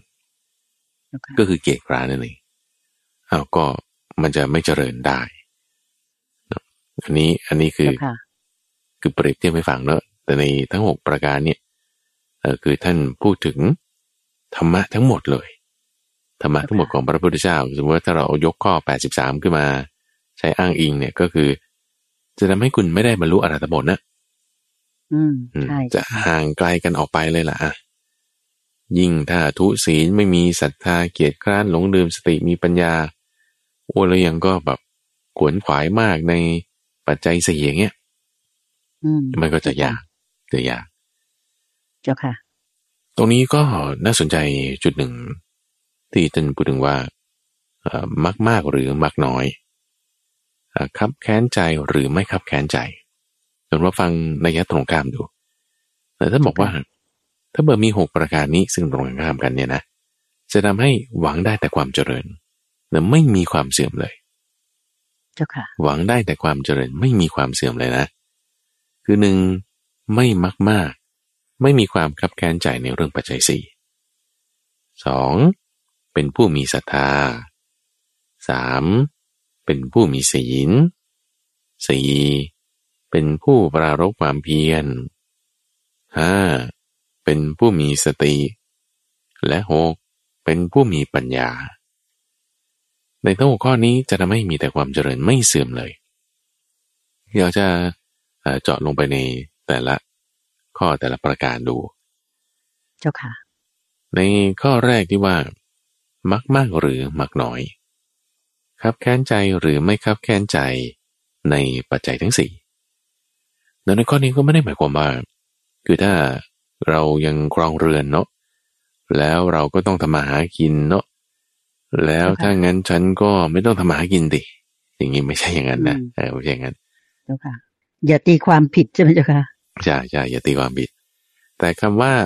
okay. ก็คือเกียจคร้านนั่นเองอ้าวก็มันจะไม่เจริญได้อันนี้อันนี้คือ okay. คือเปรียบเทียบให้ฟังเนอะแต่ในทั้งหกประการเนี่ยเออคือท่านพูดถึงธรรมะทั้งหมดเลยธรรมะทั้งหมดของพระพุทธเจ้าสมมติว่าถ้าเราเอายกข้อแปดสิบสามขึ้นมาใช้อ้างอิงเนี่ยก็คือจะทำให้คุณไม่ได้บรรลุอรหัตผลนะอืมใช่จะห่างไกลกันออกไปเลยล่ะยิ่งถ้าทุศีลไม่มีศรัทธาเกียจคร้านหลงลืมสติมีปัญญาโอ้แล้วยังก็แบบขวนขวายมากในปัจจัยสี่อย่างเงี้ยมันก็จะยากจะยากเจ้าค่ะตรงนี้ก็น่าสนใจจุดหนึ่งที่ท่านพูดถึงว่ามักมากหรือมักน้อยคับแค้นใจหรือไม่คับแค้นใจจนว่าฟังนัยตรงข้ามดูแต่ท่านบอกว่าถ้าเบอร์มีหกประการนี้ซึ่งตรงข้ามกันเนี่ยนะจะทำให้หวังได้แต่ความเจริญแต่ไม่มีความเสื่อมเลยเจ้าค่ะหวังได้แต่ความเจริญไม่มีความเสื่อมเลยนะคือหนึ่งไม่มักมากไม่มีความคับแค้นใจในเรื่องปัจจัยสี่สองเป็นผู้มีศรัทธาสามเป็นผู้มีศีลสี่เป็นผู้ปรารภความเพียรห้าเป็นผู้มีสติและหกเป็นผู้มีปัญญาในทั้งหกข้อนี้จะทำให้มีแต่ความเจริญไม่เสื่อมเลยอยากจะเจาะลงไปในแต่ละข้อแต่ละประการดูเจ้าค่ะในข้อแรกที่ว่ามักมากหรือมักน้อยคับแค้นใจหรือไม่คับแค้นใจในปัจจัยทั้งสี่แต่ในข้อนี้ก็ไม่ได้หมายความว่าคือถ้าเรายังครองเรือนเนาะแล้วเราก็ต้องทำมาหากินเนาะแล้วถ้างั้นฉันก็ไม่ต้องทำมาหากินดิอย่างนี้ไม่ใช่อย่างนั้นนะเออไม่ใช่อย่างนั้นเจ้าค่ะอย่าตีความผิดใช่ไหมเจ้าค่ะใช่ใช่อย่าตีความผิดแต่คำว่ามัก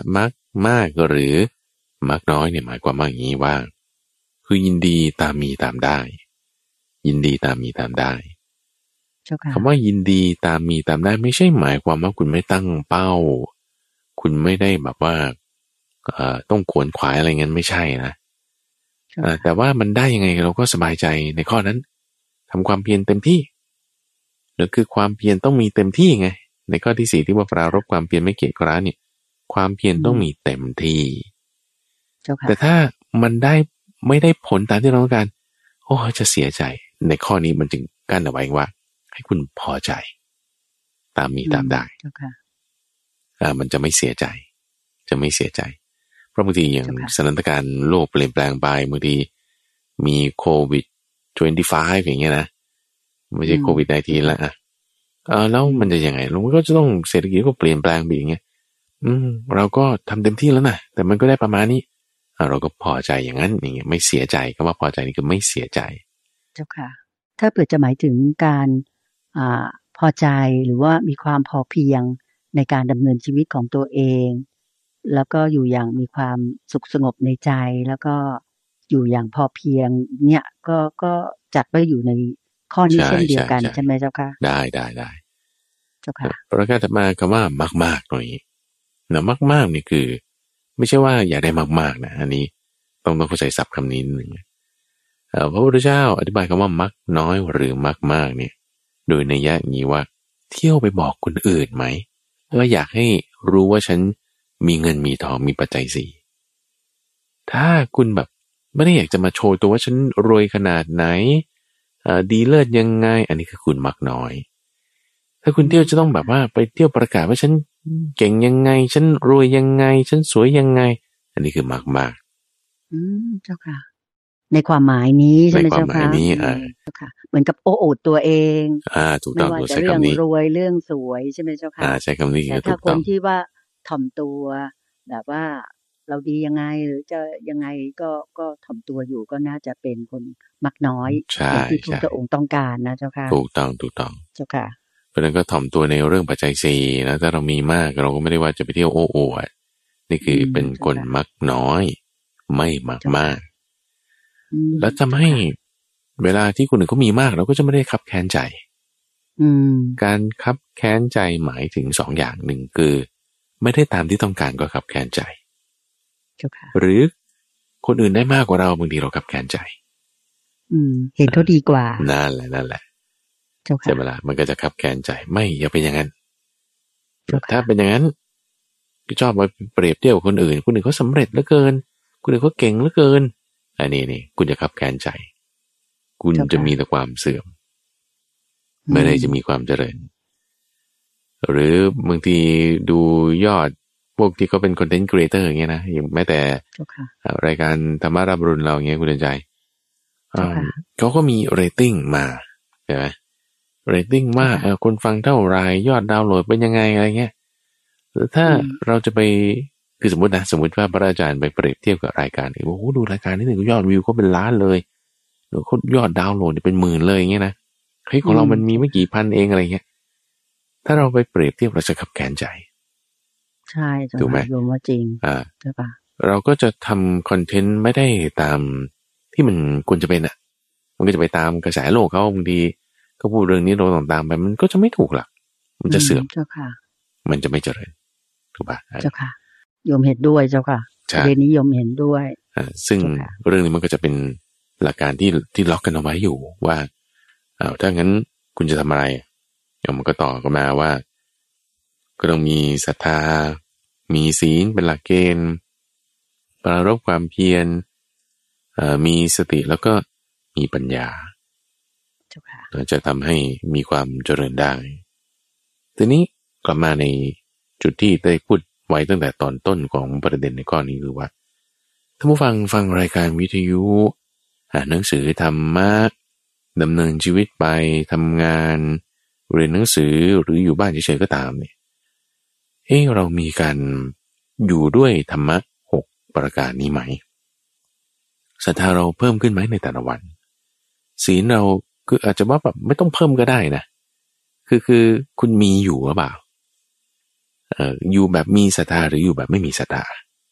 มากหรือมักน้อยเนี่ยหมายความว่าอย่างนี้ว่าคือยินดีตามมีตามได้ยินดีตามมีตามได้คำว่ายินดีตามมีตามได้ไม่ใช่หมายความว่าคุณไม่ตั้งเป้าคุณไม่ได้แบบว่าต้องขวนขวายอะไรเงี้ยไม่ใช่นะแต่ว่ามันได้ยังไงเราก็สบายใจในข้อนั้นทำความเพียรเต็มที่หรือคือความเพียรต้องมีเต็มที่ไงในข้อที่สี่ที่ว่าปรารภความเพียรไม่เกียจคร้านเนี่ยความเพียรต้องมีเต็มที่แต่ถ้ามันได้ไม่ได้ผลตามที่เราต้องการโอ้จะเสียใจในข้อนี้มันจึงกั้นเอาไว้ว่าให้คุณพอใจตามมีตามได้อ่ามันจะไม่เสียใจจะไม่เสียใจเพราะบางทีอย่างสถานการณ์โลกเปลี่ยนแปลงไปบางทีมีโควิดยี่สิบห้าอย่างเงี้ยนะไม่ใช่โควิดสิบเก้าแล้วอ่ะเออแล้วมันจะยังไงมันก็จะต้องเศรษฐกิจก็เปลี่ยนแปลงไปอย่างเงี้ยอืมเราก็ทำเต็มที่แล้วนะแต่มันก็ได้ประมาณนี้เราก็พอใจอย่างนั้นอย่างเงี้ยไม่เสียใจคำว่าพอใจนี่คือไม่เสียใจเจ้าค่ะถ้าเผื่อจะหมายถึงการอ่าพอใจหรือว่ามีความพอเพียงในการดำเนินชีวิตของตัวเองแล้วก็อยู่อย่างมีความสุขสงบในใจแล้วก็อยู่อย่างพอเพียงเนี่ยก็ก็จัดไว้อยู่ในข้อนี้เช่นเดียวกันใช่ไหมเจ้าค่ะได้ได้ได้เจ้าค่ะประกาศมาคำว่ามากๆตรงนี้นะมากๆนี่คือไม่ใช่ว่าอยากได้มากๆนะอันนี้ต้องต้องเข้าใจศัพท์คำนี้หนึ่งพระพุทธเจ้าอธิบายคำว่ามักน้อยหรือมักมากเนี่ยโดยในยะอย่างนี้ว่าเที่ยวไปบอกคนอื่นไหมว่าอยากให้รู้ว่าฉันมีเงินมีทองมีปัจจัยสี่ถ้าคุณแบบไม่ได้อยากจะมาโชว์ตัวว่าฉันรวยขนาดไหนดีเลิศยังไงอันนี้คือคุณมักน้อยถ้าคุณเที่ยวจะต้องแบบว่าไปเที่ยวประกาศว่าฉันเก่งยังไงฉันรวยยังไงฉันสวยยังไงอันนี้คือมักมากอืมเจ้าค่ะในความหมายนี้ใช่ไหมเจ้าค่ะในความหมายนี้อ่าค่ะเหมือนกับโอ้อวดตัวเองอ่าถูกต้องไม่ว่าจะเรื่องรวยเรื่องสวยใช่ไหมเจ้าค่ะอ่าใช้คำนี้แต่ถ้าคนที่ว่าถ่อมตัวแบบว่าเราดียังไงหรือจะยังไงก็ก็ถ่อมตัวอยู่ก็น่าจะเป็นคนมักน้อยอย่างที่พระพุทธองค์ต้องการนะเจ้าค่ะถูกต้องถูกต้องเจ้าค่ะเพราะนั้นก็ถ่อมตัวในเรื่องปัจจัยสี่นะถ้าเรามีมากเราก็ไม่ได้ว่าจะไปเที่ยวโอ้อวดนี่คือเป็นคนมักน้อยไม่มักมากแล้วทำให้เวลาที่คนอื่นเขามีมากเราก็จะไม่ได้คับแค้นใจการคับแค้นใจหมายถึงสองอย่างหนึ่งคือไม่ได้ตามที่ต้องการก็คับแค้นใจหรือคนอื่นได้มากกว่าเราบางทีเราคับแค้นใจเห็นเขาดีกว่านั่นแหละนั่นแหละใช่ไหมล่ะมันก็จะคับแค้นใจไม่อย่าเป็นอย่างนั้นถ้าเป็นอย่างนั้นก็ชอบไปเปรียบเทียบกับคนอื่นคนอื่นเขาสำเร็จเหลือเกินคนอื่นเขาเก่งเหลือเกินอันนี้นี่คุณจะคับแค้นใจคุณจะมีแต่ความเสื่อมไม่ได้จะมีความเจริญหรือบางทีดูยอดพวกที่เขาเป็นคอนเทนต์ครีเอเตอร์อย่างเงี้ยนะอย่างแม้แต่รายการธรรมะรับรุนเราอย่างเงี้ยคุณเดินใจเขาก็มีเรตติ้งมาใช่ไหมเรตติ้งว่าคนฟังเท่าไรยอดดาวน์โหลดเป็นยังไงอะไรเงี้ยถ้าเราจะไปคือสมมตินะสมมติว่าพระอาจารย์ไปเปรียบเทียบกับรายการอื่นโอ้โหดูรายการนี้หนึ่งยอดวิวก็เป็นล้านเลยหรือเขายอดดาวน์โหลดเป็นหมื่นเลยอย่างเงี้ยนะเฮ้ยของเรามันมีไม่กี่พันเองอะไรเงี้ยถ้าเราไปเปรียบเทียบเราจะขับแค้นใจใช่ถูกไหมรวมว่าจริงอ่าใช่ปะเราก็จะทำคอนเทนต์ไม่ได้ตามที่มันควรจะเป็นอ่ะมันก็จะไปตามกระแสโลกเขาบางทีก็พูดเรื่องนี้เราต้องตามไปมันก็จะไม่ถูกหลักมันจะเสื่อมเจ้าค่ะมันจะไม่เจริญถูกป่ะเจ้าค่ะโยมเห็นด้วยเจ้าค่ะประเด็นนี้โยมเห็นด้วยอ่าซึ่งเรื่องนี้มันก็จะเป็นหลักการที่ที่ล็อกกันเอาไว้อยู่ว่าอ้าวถ้างั้นคุณจะทำอะไรมันก็ต่อกันมาว่าก็ต้องมีศรัทธามีศีลเป็นหลักเกณฑ์ปรารภความเพียรมีสติแล้วก็มีปัญญาจะทำให้มีความเจริญได้ทีนี้กลับมาในจุดที่ได้พูดไว้ตั้งแต่ตอนต้นของประเด็นในข้อนี้คือว่าท่านผู้ฟังฟังรายการวิทยุอ่านหนังสือธรรมะดำเนินชีวิตไปทำงานเรียนหนังสือหรืออยู่บ้านเฉยๆก็ตามเนี่ยเอ้เรามีการอยู่ด้วยธรรมะหกประการนี้ไหมศรัทธาเราเพิ่มขึ้นไหมในแต่ละวันศีลเราคืออาจจะว่าแบบไม่ต้องเพิ่มก็ได้นะคือคือคุณมีอยู่หรือเปล่าเอ่ออยู่แบบมีศรัทธาหรืออยู่แบบไม่มีศรัทธา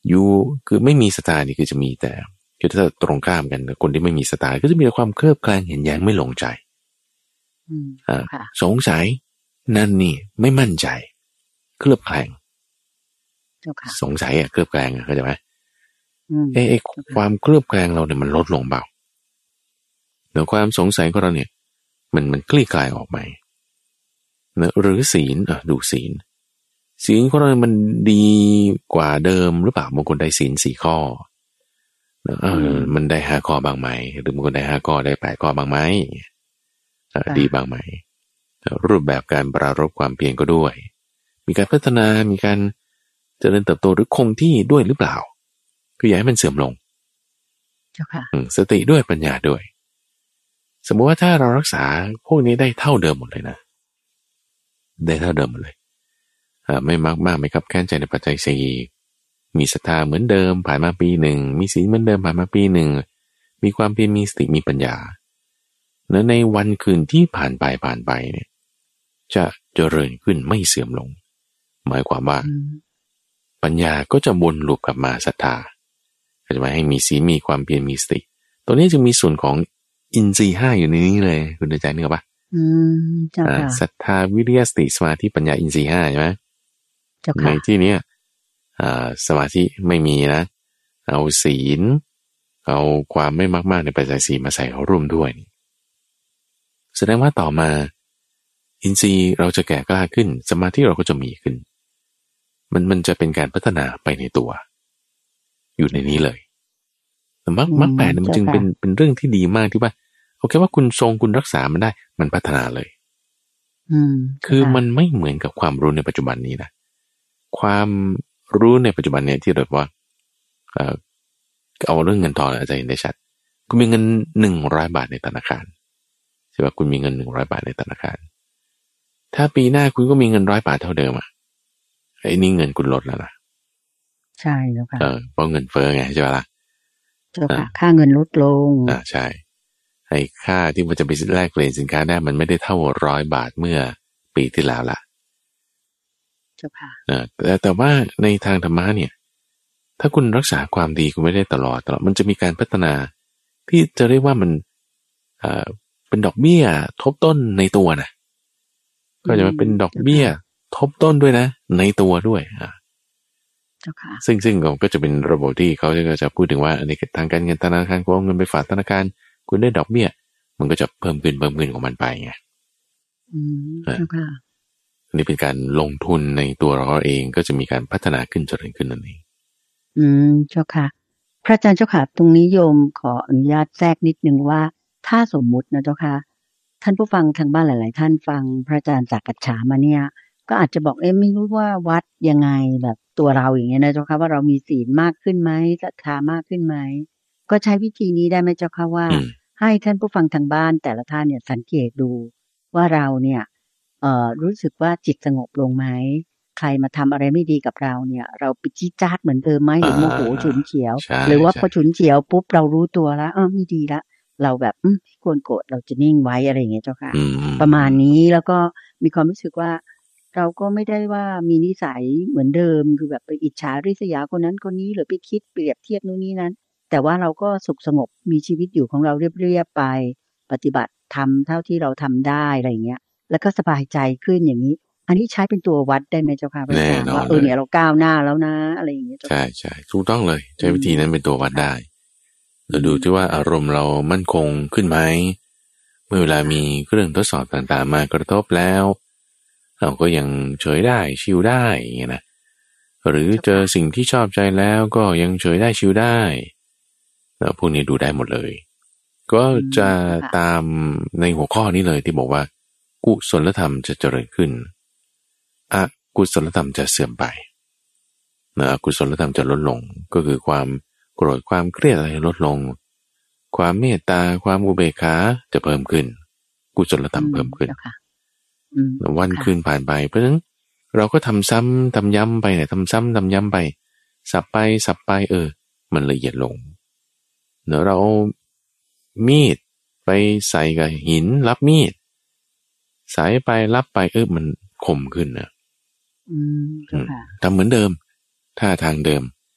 อยู่คือไม่มีศรัทธานี่คือจะมีแต่คือถ้าตรงข้ามกันคนที่ไม่มีศรัทธาก็จะมีแต่ความเคลือบแคลงเห็นแย้งไม่ลงใจอ่าสงสัยนั่นนี่ไม่มั่นใจเคลือบแคลงสงสัยอะเคลือบแคลงอะเข้าใจไหมเอ้ไอ้ความเคลือบแคลงเราเนี่ยมันลดลงเปล่าเดี๋ยวความสงสัยของเราเนี่ยมันมันคลี่คลายออกไหมเนอะหรือศีลอ่ะดูศีลศีลของเรามันดีกว่าเดิมหรือเปล่าบางคนได้ศีลสี่ข้อเออมันได้ห้าข้อบางไหมหรือบางคนได้ห้าข้อได้แปดข้อบางไหมดีบางไหมรูปแบบการปรารภความเพียรก็ด้วยมีการพัฒนามีการเจริญเติบโตหรือคงที่ด้วยหรือเปล่าคืออย่าให้มันเสื่อมลงสติด้วยปัญญาด้วยสมมติว่าถ้าเรารักษาพวกนี้ได้เท่าเดิมหมดเลยนะได้เท่าเดิมหมดเลยไม่มากมากไม่ครับแค้นใจในปัจจัยสี่มีศรัทธาเหมือนเดิมผ่านมาปีหนึ่งมีศีลเหมือนเดิมผ่านมาปีหนึ่งมีความเพียรมีสติมีปัญญาและในวันคืนที่ผ่านไปผ่านไปเนี่ยจะเจริญขึ้นไม่เสื่อมลงหมายความว่าปัญญาก็จะวนลูปกลับมาศรัทธาจะมาให้มีศีลมีความเพียรมีสติตัวนี้จึงมีส่วนของอินทรีย์ห้าอยู่ในนี้เลยคุณใจนึกออกปะอืมเจ้าค่ะศรัทธาวิริยะสติสมาธิปัญญาอินทรีย์ห้าใช่ไหมในที่นี้สมาธิไม่มีนะเอาศีลเอาความไม่มากๆในปัจจัยสี่มาใส่เอาร่วมด้วยแสดงว่าต่อมาอินทรีย์เราจะแก่กล้าขึ้นสมาธิเราก็จะมีขึ้นมันมันจะเป็นการพัฒนาไปในตัวอยู่ในนี้เลยแต่มรรคมรรคแปดมันจึงเป็นเป็นเรื่องที่ดีมากที่ว่าโอเคว่าคุณทรงคุณรักษามันได้มันพัฒนาเลยอืมคือมันไม่เหมือนกับความรู้ในปัจจุบันนี้นะความรู้ในปัจจุบันเนี่ยที่เราว่าเอ่อเอาเรื่องเงินทองอาจจะเห็นได้ชัดคุณมีเงินหนึ่งร้อยบาทในธนาคารใช่ป่ะคุณมีเงินหนึ่งร้อยบาทในธนาคารถ้าปีหน้าคุณก็มีเงินร้อยบาทเท่าเดิมอ่ะไอ้นี่เงินคุณลดแล้วนะใช่แล้วค่ะเออเพราะเงินเฟ้อไงใช่ป่ะล่ะเจ้าค่ะค่าเงินลดลงอ่าใช่ไอ้ค่าที่มันจะไปแลกเปลี่ยนสินค้าได้มันไม่ได้เท่าร้อยบาทเมื่อปีที่แล้วล่ะเจ้าค่ะแต่แต่ว่าในทางธรรมะเนี่ยถ้าคุณรักษาความดีคุณไม่ได้ตลอดตลอดมันจะมีการพัฒนาที่จะเรียกว่ามันเอ่อเป็นดอกเบี้ยทบต้นในตัวนะก็จะมาเป็นดอกเบี้ยทบต้นด้วยนะในตัวด้วยอ่าซึ่งซึ่งก็จะเป็นระบบที่เขาก็จะพูดถึงว่าในทางการเงินธนาคารคุณเอาเงินไปฝากธนาคารคุณได้ดอกเบี้ยมันก็จะเพิ่มขึ้นเพิ่มขึ้นของมันไปไงอืมเจ้าค่ะอันนี้เป็นการลงทุนในตัวเราเองก็จะมีการพัฒนาขึ้นเจริญขึ้นนั่นเองอืมเจ้าค่ะพระอาจารย์เจ้าค่ะตรงนี้โยมขออนุญาตแทรกนิดนึงว่าถ้าสมมุตินะเจ้าค่ะท่านผู้ฟังทางบ้านหลายๆท่านฟังพระอาจารย์จากกัจฉามาเนี่ยก็อาจจะบอกเอ๊ะไม่รู้ว่าวัดยังไงแบบตัวเราอย่างเงี้ยนะเจ้าค่ะว่าเรามีศีลมากขึ้นไหมศรัทธามากขึ้นไหมก็ใช้วิธีนี้ได้ไหมเจ้าค่ะว่าให้ท่านผู้ฟังทางบ้านแต่ละท่านเนี่ยสังเกตดูว่าเราเนี่ยเอ่อรู้สึกว่าจิตสงบลงไหมใครมาทำอะไรไม่ดีกับเราเนี่ยเราไปจี้จ๊าดเหมือนเดิมไหมหรือโมโหฉุนเฉียวหรือว่าพอฉุนเฉียวปุ๊บเรารู้ตัวแล้วเออไม่ดีละเราแบบควรโกรธเราจะนิ่งไว้อะไรอย่างเงี้ยเจ้าค่ะประมาณนี้แล้วก็มีความรู้สึกว่าเราก็ไม่ได้ว่ามีนิสัยเหมือนเดิมคือแบบไปอิจฉาริษยาคนนั้นคนนี้หรือไปคิดเปรียบเทียบนู่นนี่นั้นแต่ว่าเราก็สุขสงบมีชีวิตอยู่ของเราเรียบๆไปปฏิบัติทำเท่าที่เราทำได้อะไรอย่างเงี้ยแล้วก็สบายใจขึ้นอย่างนี้อันนี้ใช้เป็นตัววัดได้ไหมเจ้าค่ะพระอาจารย์ว่าเออเนี่ยเราก้าวหน้าแล้วนะอะไรอย่างเงี้ยใช่ใช่ถูกต้องเลยใช้วิธีนั้นเป็นตัววัดได้เราดูที่ว่าอารมณ์เรามั่นคงขึ้นไหมเมื่อเวลามีเครื่องทดสอบต่างๆมากระทบแล้วเราก็ยังเฉยได้ชิลได้อย่างเงี้ยนะหรือเจอสิ่งที่ชอบใจแล้วก็ยังเฉยได้ชิลได้แล้วพวกนี้ดูได้หมดเลยก็จะตามในหัวข้อนี้เลยที่บอกว่ากุศลธรรมจะเจริญขึ้นอกุศลธรรมจะเสื่อมไปนะกุศลธรรมจะลดลงก็คือความโกรธความเครียดอะไรลดลงความเมตตาความอุเบกขาจะเพิ่มขึ้นกุศลธรรมเพิ่มขึ้นวันคืนผ่านไปเพราะฉะนั้นเราก็ทำซ้ำทำย้ำไปเนี่ยทำซ้ำทำย้ำไปสับไปสับไปเออมันละเอียดลงเดี๋ยวเรามีดไปใส่กับหินรับมีดใส่ไปรับไปเออมันคมขึ้นนะทำเหมือนเดิมท่าทางเดิม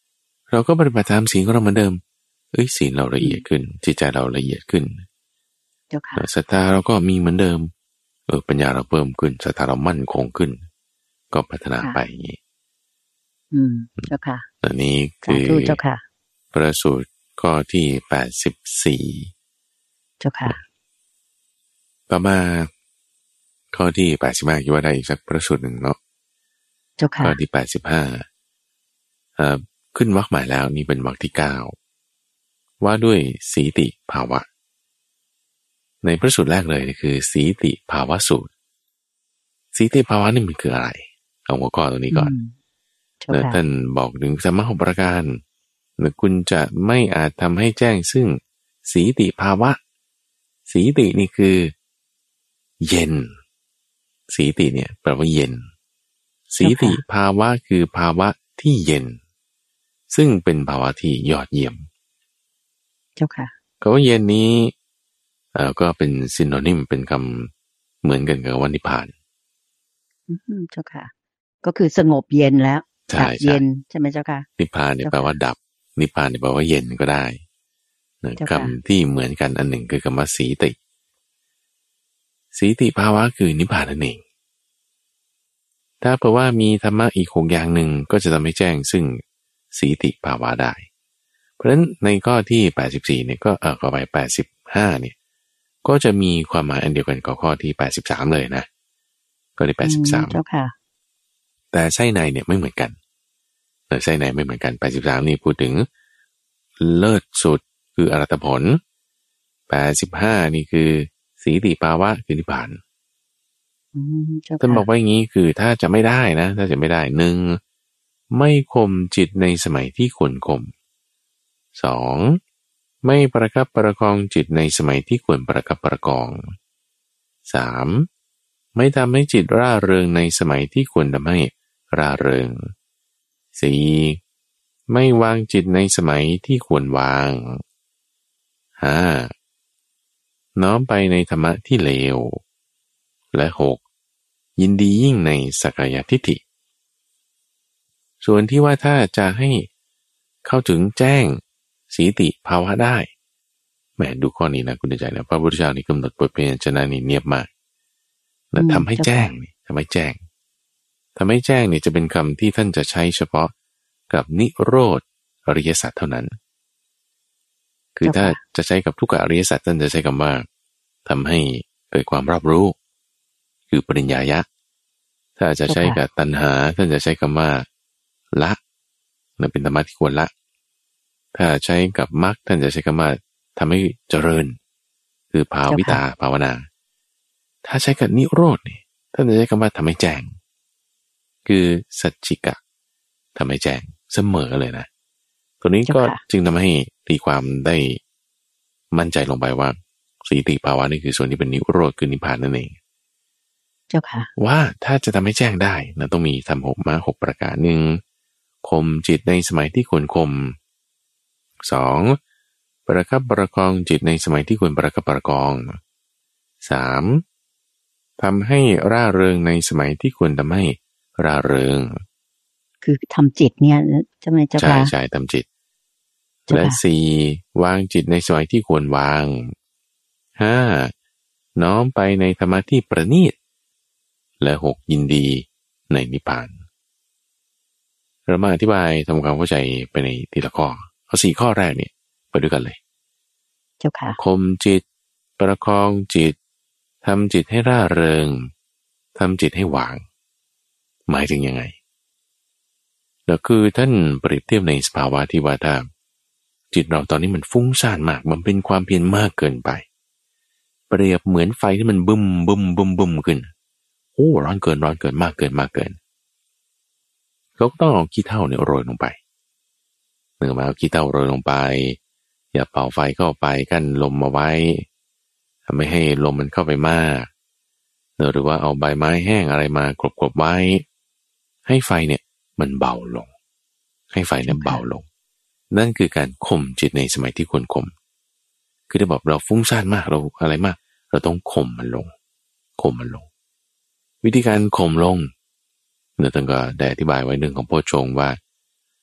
เราก็ปฏิบัติตามศีลของเราเหมือนเดิมเอ้ยศีลเราละเอียดขึ้นจิตใจเราละเอียดขึ้นเจ้าค่ะศรัทธาเราก็มีเหมือนเดิมเออปัญญาเราเพิ่มขึ้นศรัทธาเรามั่นคงขึ้นก็พัฒนาไปอย่างนี้อืมเจ้าค่ะอันนี้คือเจ้าค่ะพระสูตรข้อที่แปดสิบสี่เจ้าค่ะต่อมาข้อที่แปดสิบห้าคิดว่าได้อีกสักพระสูตรหนึ่งเนาะเจ้าค่ะข้อที่แปดสิบห้าเอ่อขึ้นวรรคใหม่แล้วนี่เป็นวรรคที่เก้าว่าด้วยสีติภาวะในพระสูตรแรกเลยคือสีติภาวะสูตรสีติภาวะนี่มันคืออะไรเอาหัวข้อตรงนี้ก่อนแล้วท่านบอกถึงสมมติประการหรือคุณจะไม่อาจทำให้แจ้งซึ่งสีติภาวะสีตินี่คือเย็นสีติเนี่ยแปลว่าเย็นสีติภาวะคือภาวะที่เย็นซึ่งเป็นภาวะที่ยอดเยี่ยมเจ้าค่ะคำว่าเย็นนี้เอ่อก็เป็นซินโนนิมเป็นคำเหมือนกันกับวันนิพพานอืมเจ้าค่ะก็คือสงบเย็นแล้วดับเย็นใช่ไหมเจ้าค่ะนิพพานเนี่ยแปลว่าดับนิพพานเนี่ยแปลว่าเย็นก็ได้คำที่เหมือนกันอันหนึ่งคือคำว่าสีติสีติภาวะคือนิพพานนั่นเองถ้าเพราะว่ามีธรรมะอีกหกอย่างหนึ่งก็จะทำให้แจ้งซึ่งสีติภาวะได้เพราะฉะนั้นในข้อที่แปดสิบสี่เนี่ยก็เออเข้าไปแปดสิบห้าเนี่ยก็จะมีความหมายอันเดียวกันกับข้อที่แปดสิบสามเลยนะก็ได้แปดสิบสามเจ้าค่ะแต่ไส้ในเนี่ยไม่เหมือนกันแต่ไส้ในไม่เหมือนกันแปดสิบสามนี่พูดถึงเลิศสุดคืออรหัตผลแปดสิบห้านี่คือสีติภาวะคือนิพพานท่านบอกว่าอย่างนี้คือถ้าจะไม่ได้นะถ้าจะไม่ได้หนึ่งไม่ข่มจิตในสมัยที่ควรข่มสองไม่ประคับประคองจิตในสมัยที่ควรประคับประคองสามไม่ทำให้จิตร่าเริงในสมัยที่ควรทำให้ร่าเริงสี่ไม่วางจิตในสมัยที่ควรวางห้าน้อมไปในธรรมะที่เลวและหกยินดียิ่งในสักกายทิฏฐิส่วนที่ว่าถ้าจะให้เข้าถึงแจ้งสีติภาวะได้แหมดูข้อนี้นะคุณใจนะพระพุทธเจ้านี่กำหนดบทเพลงชนะนี่เนียบมากนะทำให้แจ้งนี่ทำให้แจ้งทำให้แจ้งนี่จะเป็นคำที่ท่านจะใช้เฉพาะกับนิโรธอริยสัจเท่านั้นคือถ้าจะใช้กับทุกอริยสัจท่านจะใช้คำว่าทำให้เกิดความรอบรู้คือปริญญายะถ้าจะใช้กับตัณหาท่านจะใช้คำว่าละนั่นเป็นธรรมะที่ควรละถ้าใช้กับมรรคท่านจะใช้คำว่าทำให้เจริญคือภาวิตาภาวนาถ้าใช้กับนิโรธนี่ท่านจะใช้คำว่าทำให้แจ้งคือสัจจิกะทำให้แจ้งเสมอเลยนะตัวนี้ก็จึงทำให้ตีความได้มั่นใจลงไปว่าสีติภาวะนี่คือส่วนที่เป็นนิโรธคือนิพพานนั่นเองเจ้าค่ะว่าถ้าจะทำให้แจ้งได้นะต้องมีทำหกมาหกประการหนึ่งข่มจิตในสมัยที่ควรข่มสองประคับประคองจิตในสมัยที่ควรประคับประคองสามทำให้ร่าเริงในสมัยที่ควรทำให้ร่าเริงคือทำจิตเนี่ยใช่ไหมเจ้าค่ะใช่ใช่ทำจิตและสี่วางจิตในสมัยที่ควรวางห้าน้อมไปในธรรมะที่ประณีตและหกยินดีในนิพพานเรามาอธิบายทำความเข้าใจไปในทีละข้อเอาสี่ข้อแรกเนี่ยไปด้วยกันเลยเจ้าค่ะข่มจิตประคองจิตทำจิตให้ร่าเริงทำจิตให้วางหมายถึงยังไงก็คือท่านเปรียบเทียบในสภาวะที่ว่าถ้าจิตเราตอนนี้มันฟุ้งซ่านมากมันเป็นความเพียรมากเกินไปเปรียบเหมือนไฟที่มันบึ้มบึ้มบึ้มบึ้มขึ้นโอ้ร้อนเกินร้อนเกินมากเกินมากเกินเขาก็ต้องเอาขี้เถ้าเนี่ยโรยลงไปเนื่องมาเอาขี้เถ้าโรยลงไปอย่าเป่าไฟเข้าไปกั้นลมเอาไว้ไม่ให้ลมมันเข้าไปมากหรือว่าเอาใบไม้แห้งอะไรมากรบๆไว้ให้ไฟเนี่ยมันเบาลงให้ไฟเนี่ยเบาลงนั่นคือการข่มจิตในสมัยที่ควรข่มคือถ้าบอกเราฟุ้งซ่านมากเราอะไรมากเราต้องข่มมันลงข่มมันลงวิธีการข่มลงเนี่ยท่านก็ได้อธิบายไว้เรื่องของโพชฌงค์ว่า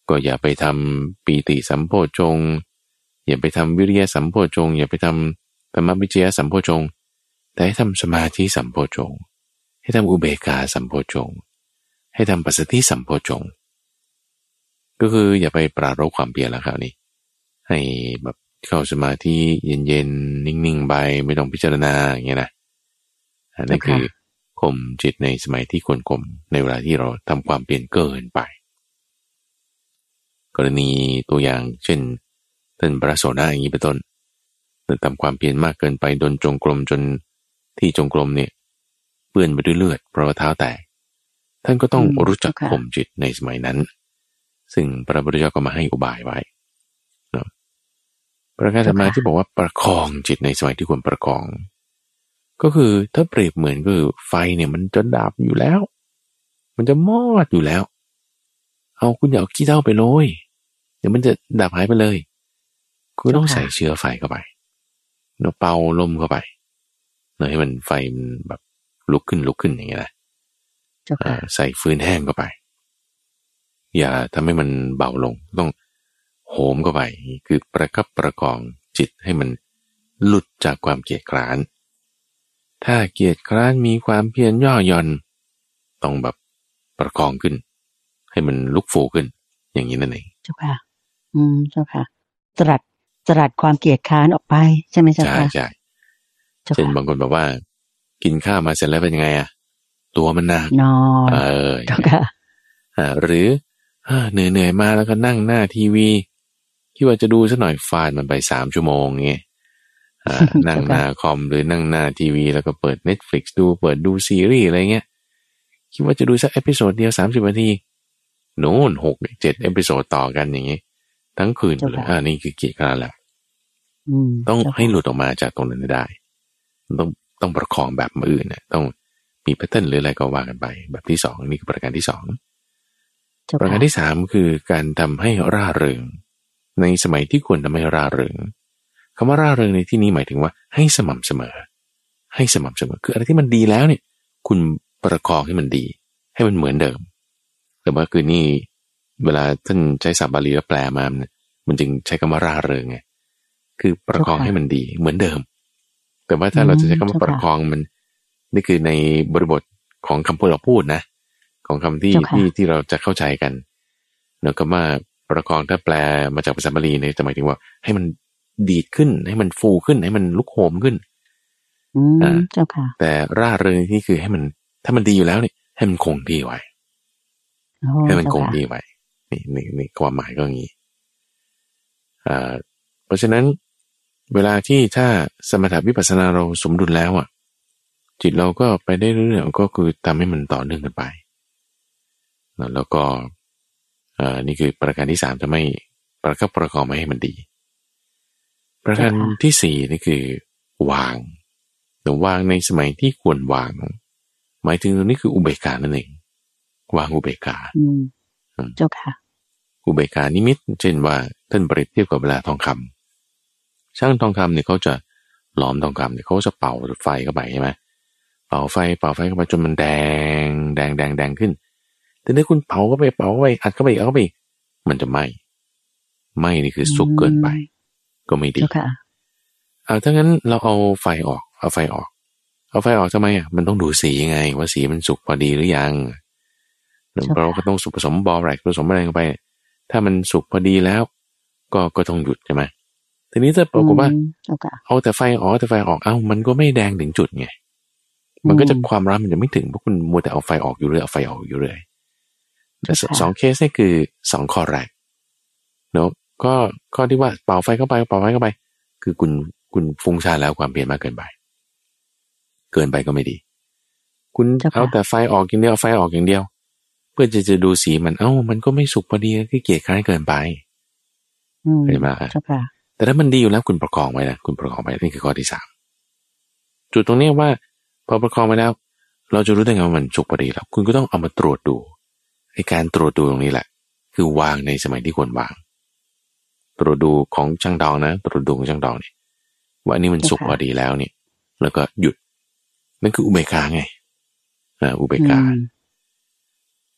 ก็อย่าไปทำปีติสัมโพชฌงค์อย่าไปทำวิริยะสัมโพชฌงค์อย่าไปทำธรรมวิจยะสัมโพชฌงค์แต่ให้ทำสมาธิสัมโพชฌงค์ให้ทำอุเบกขาสัมโพชฌงค์ให้ทำปัสสัทธิสัมโพชฌงค์ก็คืออย่าไปปรารภความเพียรแล้วครับนี่ให้แบบเข้าสมาธิเย็นๆนิ่งๆไปไม่ต้องพิจารณาอย่างเงี้ยนะนั่นคือข่มจิตในสมัยที่ควรข่มในเวลาที่เราทำความเปลี่ยนเกินไปกรณีตัวอย่างเช่นท่านพระโสดาอย่างนี้เป็นต้นทำความเพียรมากเกินไปโดนจงกรมจนที่จงกรมเนี่ยเปื้อนไปด้วยเลือดเพราะเท้าแตกท่านก็ต้องรู้จักข่มจิตในสมัยนั้นซึ่งพระพุทธเจ้าก็มาให้อุบายไว้เนาะประการต่อมาที่บอกว่าประคองจิตในสมัยที่ควรประคองก็คือถ้าเปรียบเหมือนก็คือไฟเนี่ยมันจะดับอยู่แล้วมันจะมอดอยู่แล้วเอาคุณอย่าเอาขี้เถ้าไปโรยเดี๋ยวมันจะดับหายไปเลยคุณต้องใส่เชื้อไฟเข้าไปเนาะเป่าลมเข้าไปเนาะให้มันไฟมันแบบลุกขึ้นลุกขึ้นอย่างเงี้ยนะใส่ฟืนแห้งเข้าไปอย่าทำให้มันเบาลงต้องโหมเข้าไปคือประคับประคองจิตให้มันหลุดจากความเกียจคร้านถ้าเกียจคร้านมีความเพียรย่อหย่อนต้องแบบประคองขึ้นให้มันลุกฟูขึ้นอย่างนี้นั่นเองเจ้าค่ะอืมเจ้าค่ะตรัสตรัสความเกียจคร้านออกไปใช่ไหมเจ้าค่ะใช่ใช่เช่นบางคนบอกว่ากินข้าวมาเสร็จแล้วเป็นยังไงอะตัวมันหนักนอนเออเจ้าค่ะอ่าหรือเหนื่อยเหนื่อยมาแล้วก็นั่งหน้าทีวีคิดว่าจะดูสักหน่อยฟาดมันไปสามชั่วโมงเงี้ยนั่งหน้าคอมหรือนั่งหน้าทีวีแล้วก็เปิด Netflix ดูเปิดดูซีรีส์อะไรเงี้ยคิดว่าจะดูสักเอพิโซดเดียวสามสิบนาทีโน่นหกเจ็ดเอพิโซดต่อกันอย่างงี้ทั้งคืนเลยอ่านี่คือเกียรติคร้านแหละต้องให้หลุดออกมาจากตรงนั้นได้ต้องต้องประคองแบบอื่นเนี่ยต้องมีแพทเทิร์นหรืออะไรก็ว่ากันไปแบบที่สองนี่คือประการที่สองประการที่สามคือการทำให้ร่าเริงในสมัยที่ควรทำให้ร่าเริงคำว่าร่าเริงในที่นี้หมายถึงว่าให้สม่ำเสมอให้สม่ำเสมอคืออะไรที่มันดีแล้วเนี่ยคุณประคองให้มันดีให้มันเหมือนเดิมแต่ว่าคือนี่เวลาท่านใช้ศัพท์บาลีแล้วแปลมามันจึงใช้คำว่าร่าเริงไงคือประคองให้มันดีเหมือนเดิมแต่ว่าถ้าเราจะใช้คำว่าประคองมันนี่คือในบริบทของคำพูดเราพูดนะของคำที่ที่ที่เราจะเข้าใจกันเนาะก็ว่าประคองถ้าแปลมาจากภาษาบาลีเนี่ยจะหมายถึงว่าให้มันดีดขึ้นให้มันฟูขึ้นให้มันลุกโหมขึ้นอ่าเจ้าค่ะแต่ร่าเริงนี่คือให้มันถ้ามันดีอยู่แล้วเนี่ยให้มันคงที่ไว้ให้มันคงที่ไว้นี่นี่นี่ความหมายก็อย่างนี้อ่าเพราะฉะนั้นเวลาที่ถ้าสมถะวิปัสสนาเราสมดุลแล้วอ่ะจิตเราก็ไปได้เรื่อยๆก็คือทำให้มันต่อเนื่องกันไปแล้วก็อ่านี่คือประการที่สามทำให้ประคับประคองไม่ให้มันดีประการที่สี่นี่คือวางแต่วางในสมัยที่ควรวางหมายถึงตรงนี้คืออุเบกขานั่นเองวางอุเบกขาเจ้าค่ะอุเบกขานิมิตเช่นว่าท่านเปรียบเทียบกับเวลาทองคำช่างทองคำเนี่ยเขาจะหลอมทองคำเนี่ยเขาจะเป่าไฟเข้าไปใช่ไหมเป่าไฟเป่าไฟเข้าไปจนมันแดงแดงแดงแดงขึ้นแต่ถ้าคุณเป่าเข้าไปเป่าเข้าไปอัดเข้าไปอัดเข้าไปมันจะไหม้ไหม้นี่คือสุกเกินไปก็ไม่ดีเอาถ้างั้นเราเอาไฟออกเอาไฟออกเอาไฟออกทำไมอ่ะมันต้องดูสีไงว่าสีมันสุกพอดีหรือยังเราก็ต้องผสมบอแรกผสมอะไรลงไปถ้ามันสุกพอดีแล้วก็ก็ต้องหยุดใช่ไหมทีนี้ถ้าปรากฏว่าเอาแต่ไฟออกแต่ไฟออกเอ้ามันก็ไม่แดงถึงจุดไงมันก็จะความร้อนมันจะไม่ถึงเพราะคุณมัวแต่เอาไฟออกอยู่เรื่อยเอาไฟออกอยู่เรื่อยแต่สองเคสนี่คือสองข้อแรกเนาะก็ข้อที่ว่าเป่าไฟเข้าไปเป่าไฟเข้าไปคือคุณคุณฟุ้งซ่านแล้วความเพียรมากเกินไปเกินไปก็ไม่ดีคุณเอาแต่ไฟออกอย่างเดียวไฟออกอย่างเดียวเพื่อจะจะดูสีมันเอ้ามันก็ไม่สุกพอดีก็เกลียดคร้านเกินไปเห็นไหมแต่ถ้ามันดีอยู่แล้วคุณประคองไว้นะคุณประคองไว้นี่คือข้อที่สามจุดตรงนี้ว่าพอประคองไว้แล้วเราจะรู้ได้ไงว่ามันสุกพอดีแล้วคุณก็ต้องเอามาตรวจดูไอ้การตรวจดูตรงนี้แหละคือวางในสมัยที่ควรวางตรวจดูของช่างดองนะตรวจดูของช่างดองเนี่ยว่าอันนี้มันสุกพอดีแล้วเนี่ยแล้วก็หยุดนั่นคืออุเบกขาไงอ่าอุเบกขา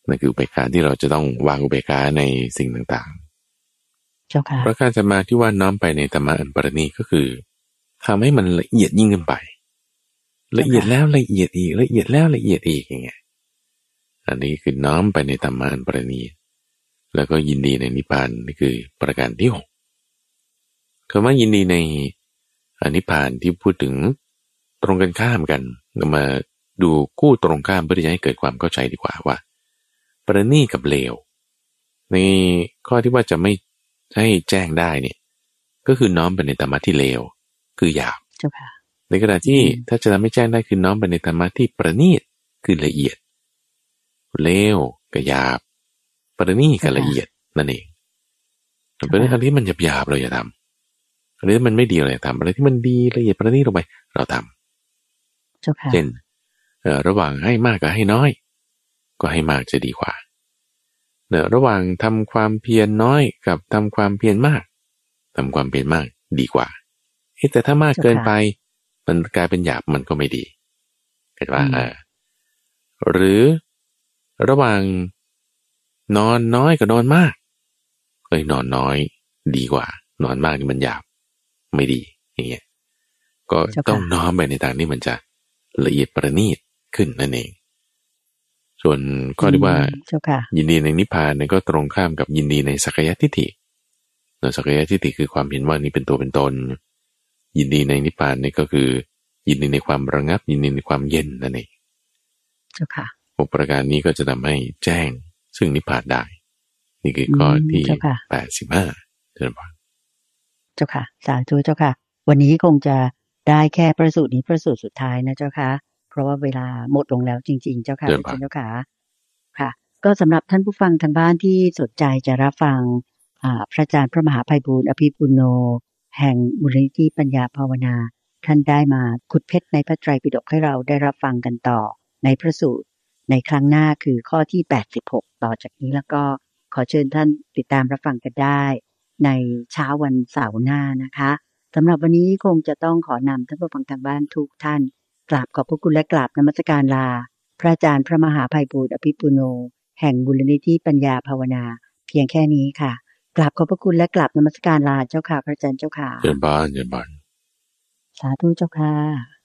นั่นคืออุเบกขาที่เราจะต้องวางอุเบกขาในสิ่งต่างๆเจ้าค่ะประการจะมาที่ว่าน้อมไปในธรรมะอันประณีตก็คือทำให้มันละเอียดยิ่งขึ้นไปละเอียดแล้วละเอียดอีกละเอียดแล้วละเอียดอีกอย่างเงี้ยอันนี้คือน้อมไปในธรรมะอันประณีตแล้วก็ยินดีในนิพพานนี่คือประการที่หกคำว่ายินดีในนิพพานที่พูดถึงตรงกันข้ามกันเรามาดูคู่ตรงข้ามเพื่อที่จะให้เกิดความเข้าใจดีกว่าว่าประณีตกับเลวในข้อที่ว่าจะไม่ให้แจ้งได้เนี่ยก็คือน้อมไปในธรรมะที่เลวคือหยาบในขณะที่ถ้าจะทำให้แจ้งได้คือน้อมไปในธรรมะที่ประณีตคือละเอียดเลวกับหยาบประณีตกับละเอียดนั่นเองแต่เป็นอะไรที่มันหยาบๆเราอย่าทำอะไรที่มันไม่ดีเราอย่าทำอะไรที่มันดีละเอียดประณีตลงไปเราทำเช่นระหว่างให้มากกับให้น้อยก็ให้มากจะดีกว่าเนอะระหว่างทำความเพียรน้อยกับทำความเพียรมากทำความเพียรมากดีกว่าแต่ถ้ามากเกินไปมันกลายเป็นหยาบมันก็ไม่ดีเห็นว่าอ่าหรือระหว่างนอนน้อยกับนอนมากเอ้ยนอนน้อยดีกว่านอนมากนี่มันหยาบไม่ดีอย่างเงี้ยก็ต้องน้อมไปในทางที่มันจะละเอียดประณีตขึ้นนั่นเองส่วนข้อที่ว่ายินดีในนิพพานเนี่ยก็ตรงข้ามกับยินดีในสักยทิฏฐิในสักยทิฏฐิคือความเห็นว่านี้เป็นตัวเป็นตนยินดีในนิพพานนี่ก็คือยินดีในความระงับยินดีในความเย็นนั่นเองเจ้าค่ะหกประการนี้ก็จะทำให้แจ้งซึ่งนิพพานได้นี่คือข้อที่แปดสิบห้าเจ้าค่ะเจ้าค่ะสาธุเจ้าค่ะวันนี้คงจะได้แค่ประสูตรนี้ประสูตรสุดท้ายนะเจ้าค่ะเพราะว่าเวลาหมดลงแล้วจริงๆเจ้าค่ะเจ้าค่ะค่ะก็สำหรับท่านผู้ฟังทางบ้านที่สนใจจะรับฟังพระอาจารย์พระมหาไพบูลย์อภิปุโนแห่งมูลนิธิปัญญาภาวนาท่านได้มาขุดเพชรในพระไตรปิฎกให้เราได้รับฟังกันต่อในพระสูตรในครั้งหน้าคือข้อที่แปดสิบหกต่อจากนี้แล้วก็ขอเชิญท่านติดตามรับฟังกันได้ในเช้าวันเสาร์หน้านะคะสำหรับวันนี้คงจะต้องขอนำท่านผู้ฟังทางบ้านทุกท่านกราบขอบพระคุณและกราบนมัสการลาพระอาจารย์พระมหาไพบูลย์อภิปุโนแห่งมูลนิธิปัญญาภาวนาเพียงแค่นี้ค่ะกราบขอบพระคุณและกราบนมัสการลาเจ้าค่ะพระอาจารย์เจ้าค่ะเจริญพรเจริญพรสาธุเจ้าค่ะ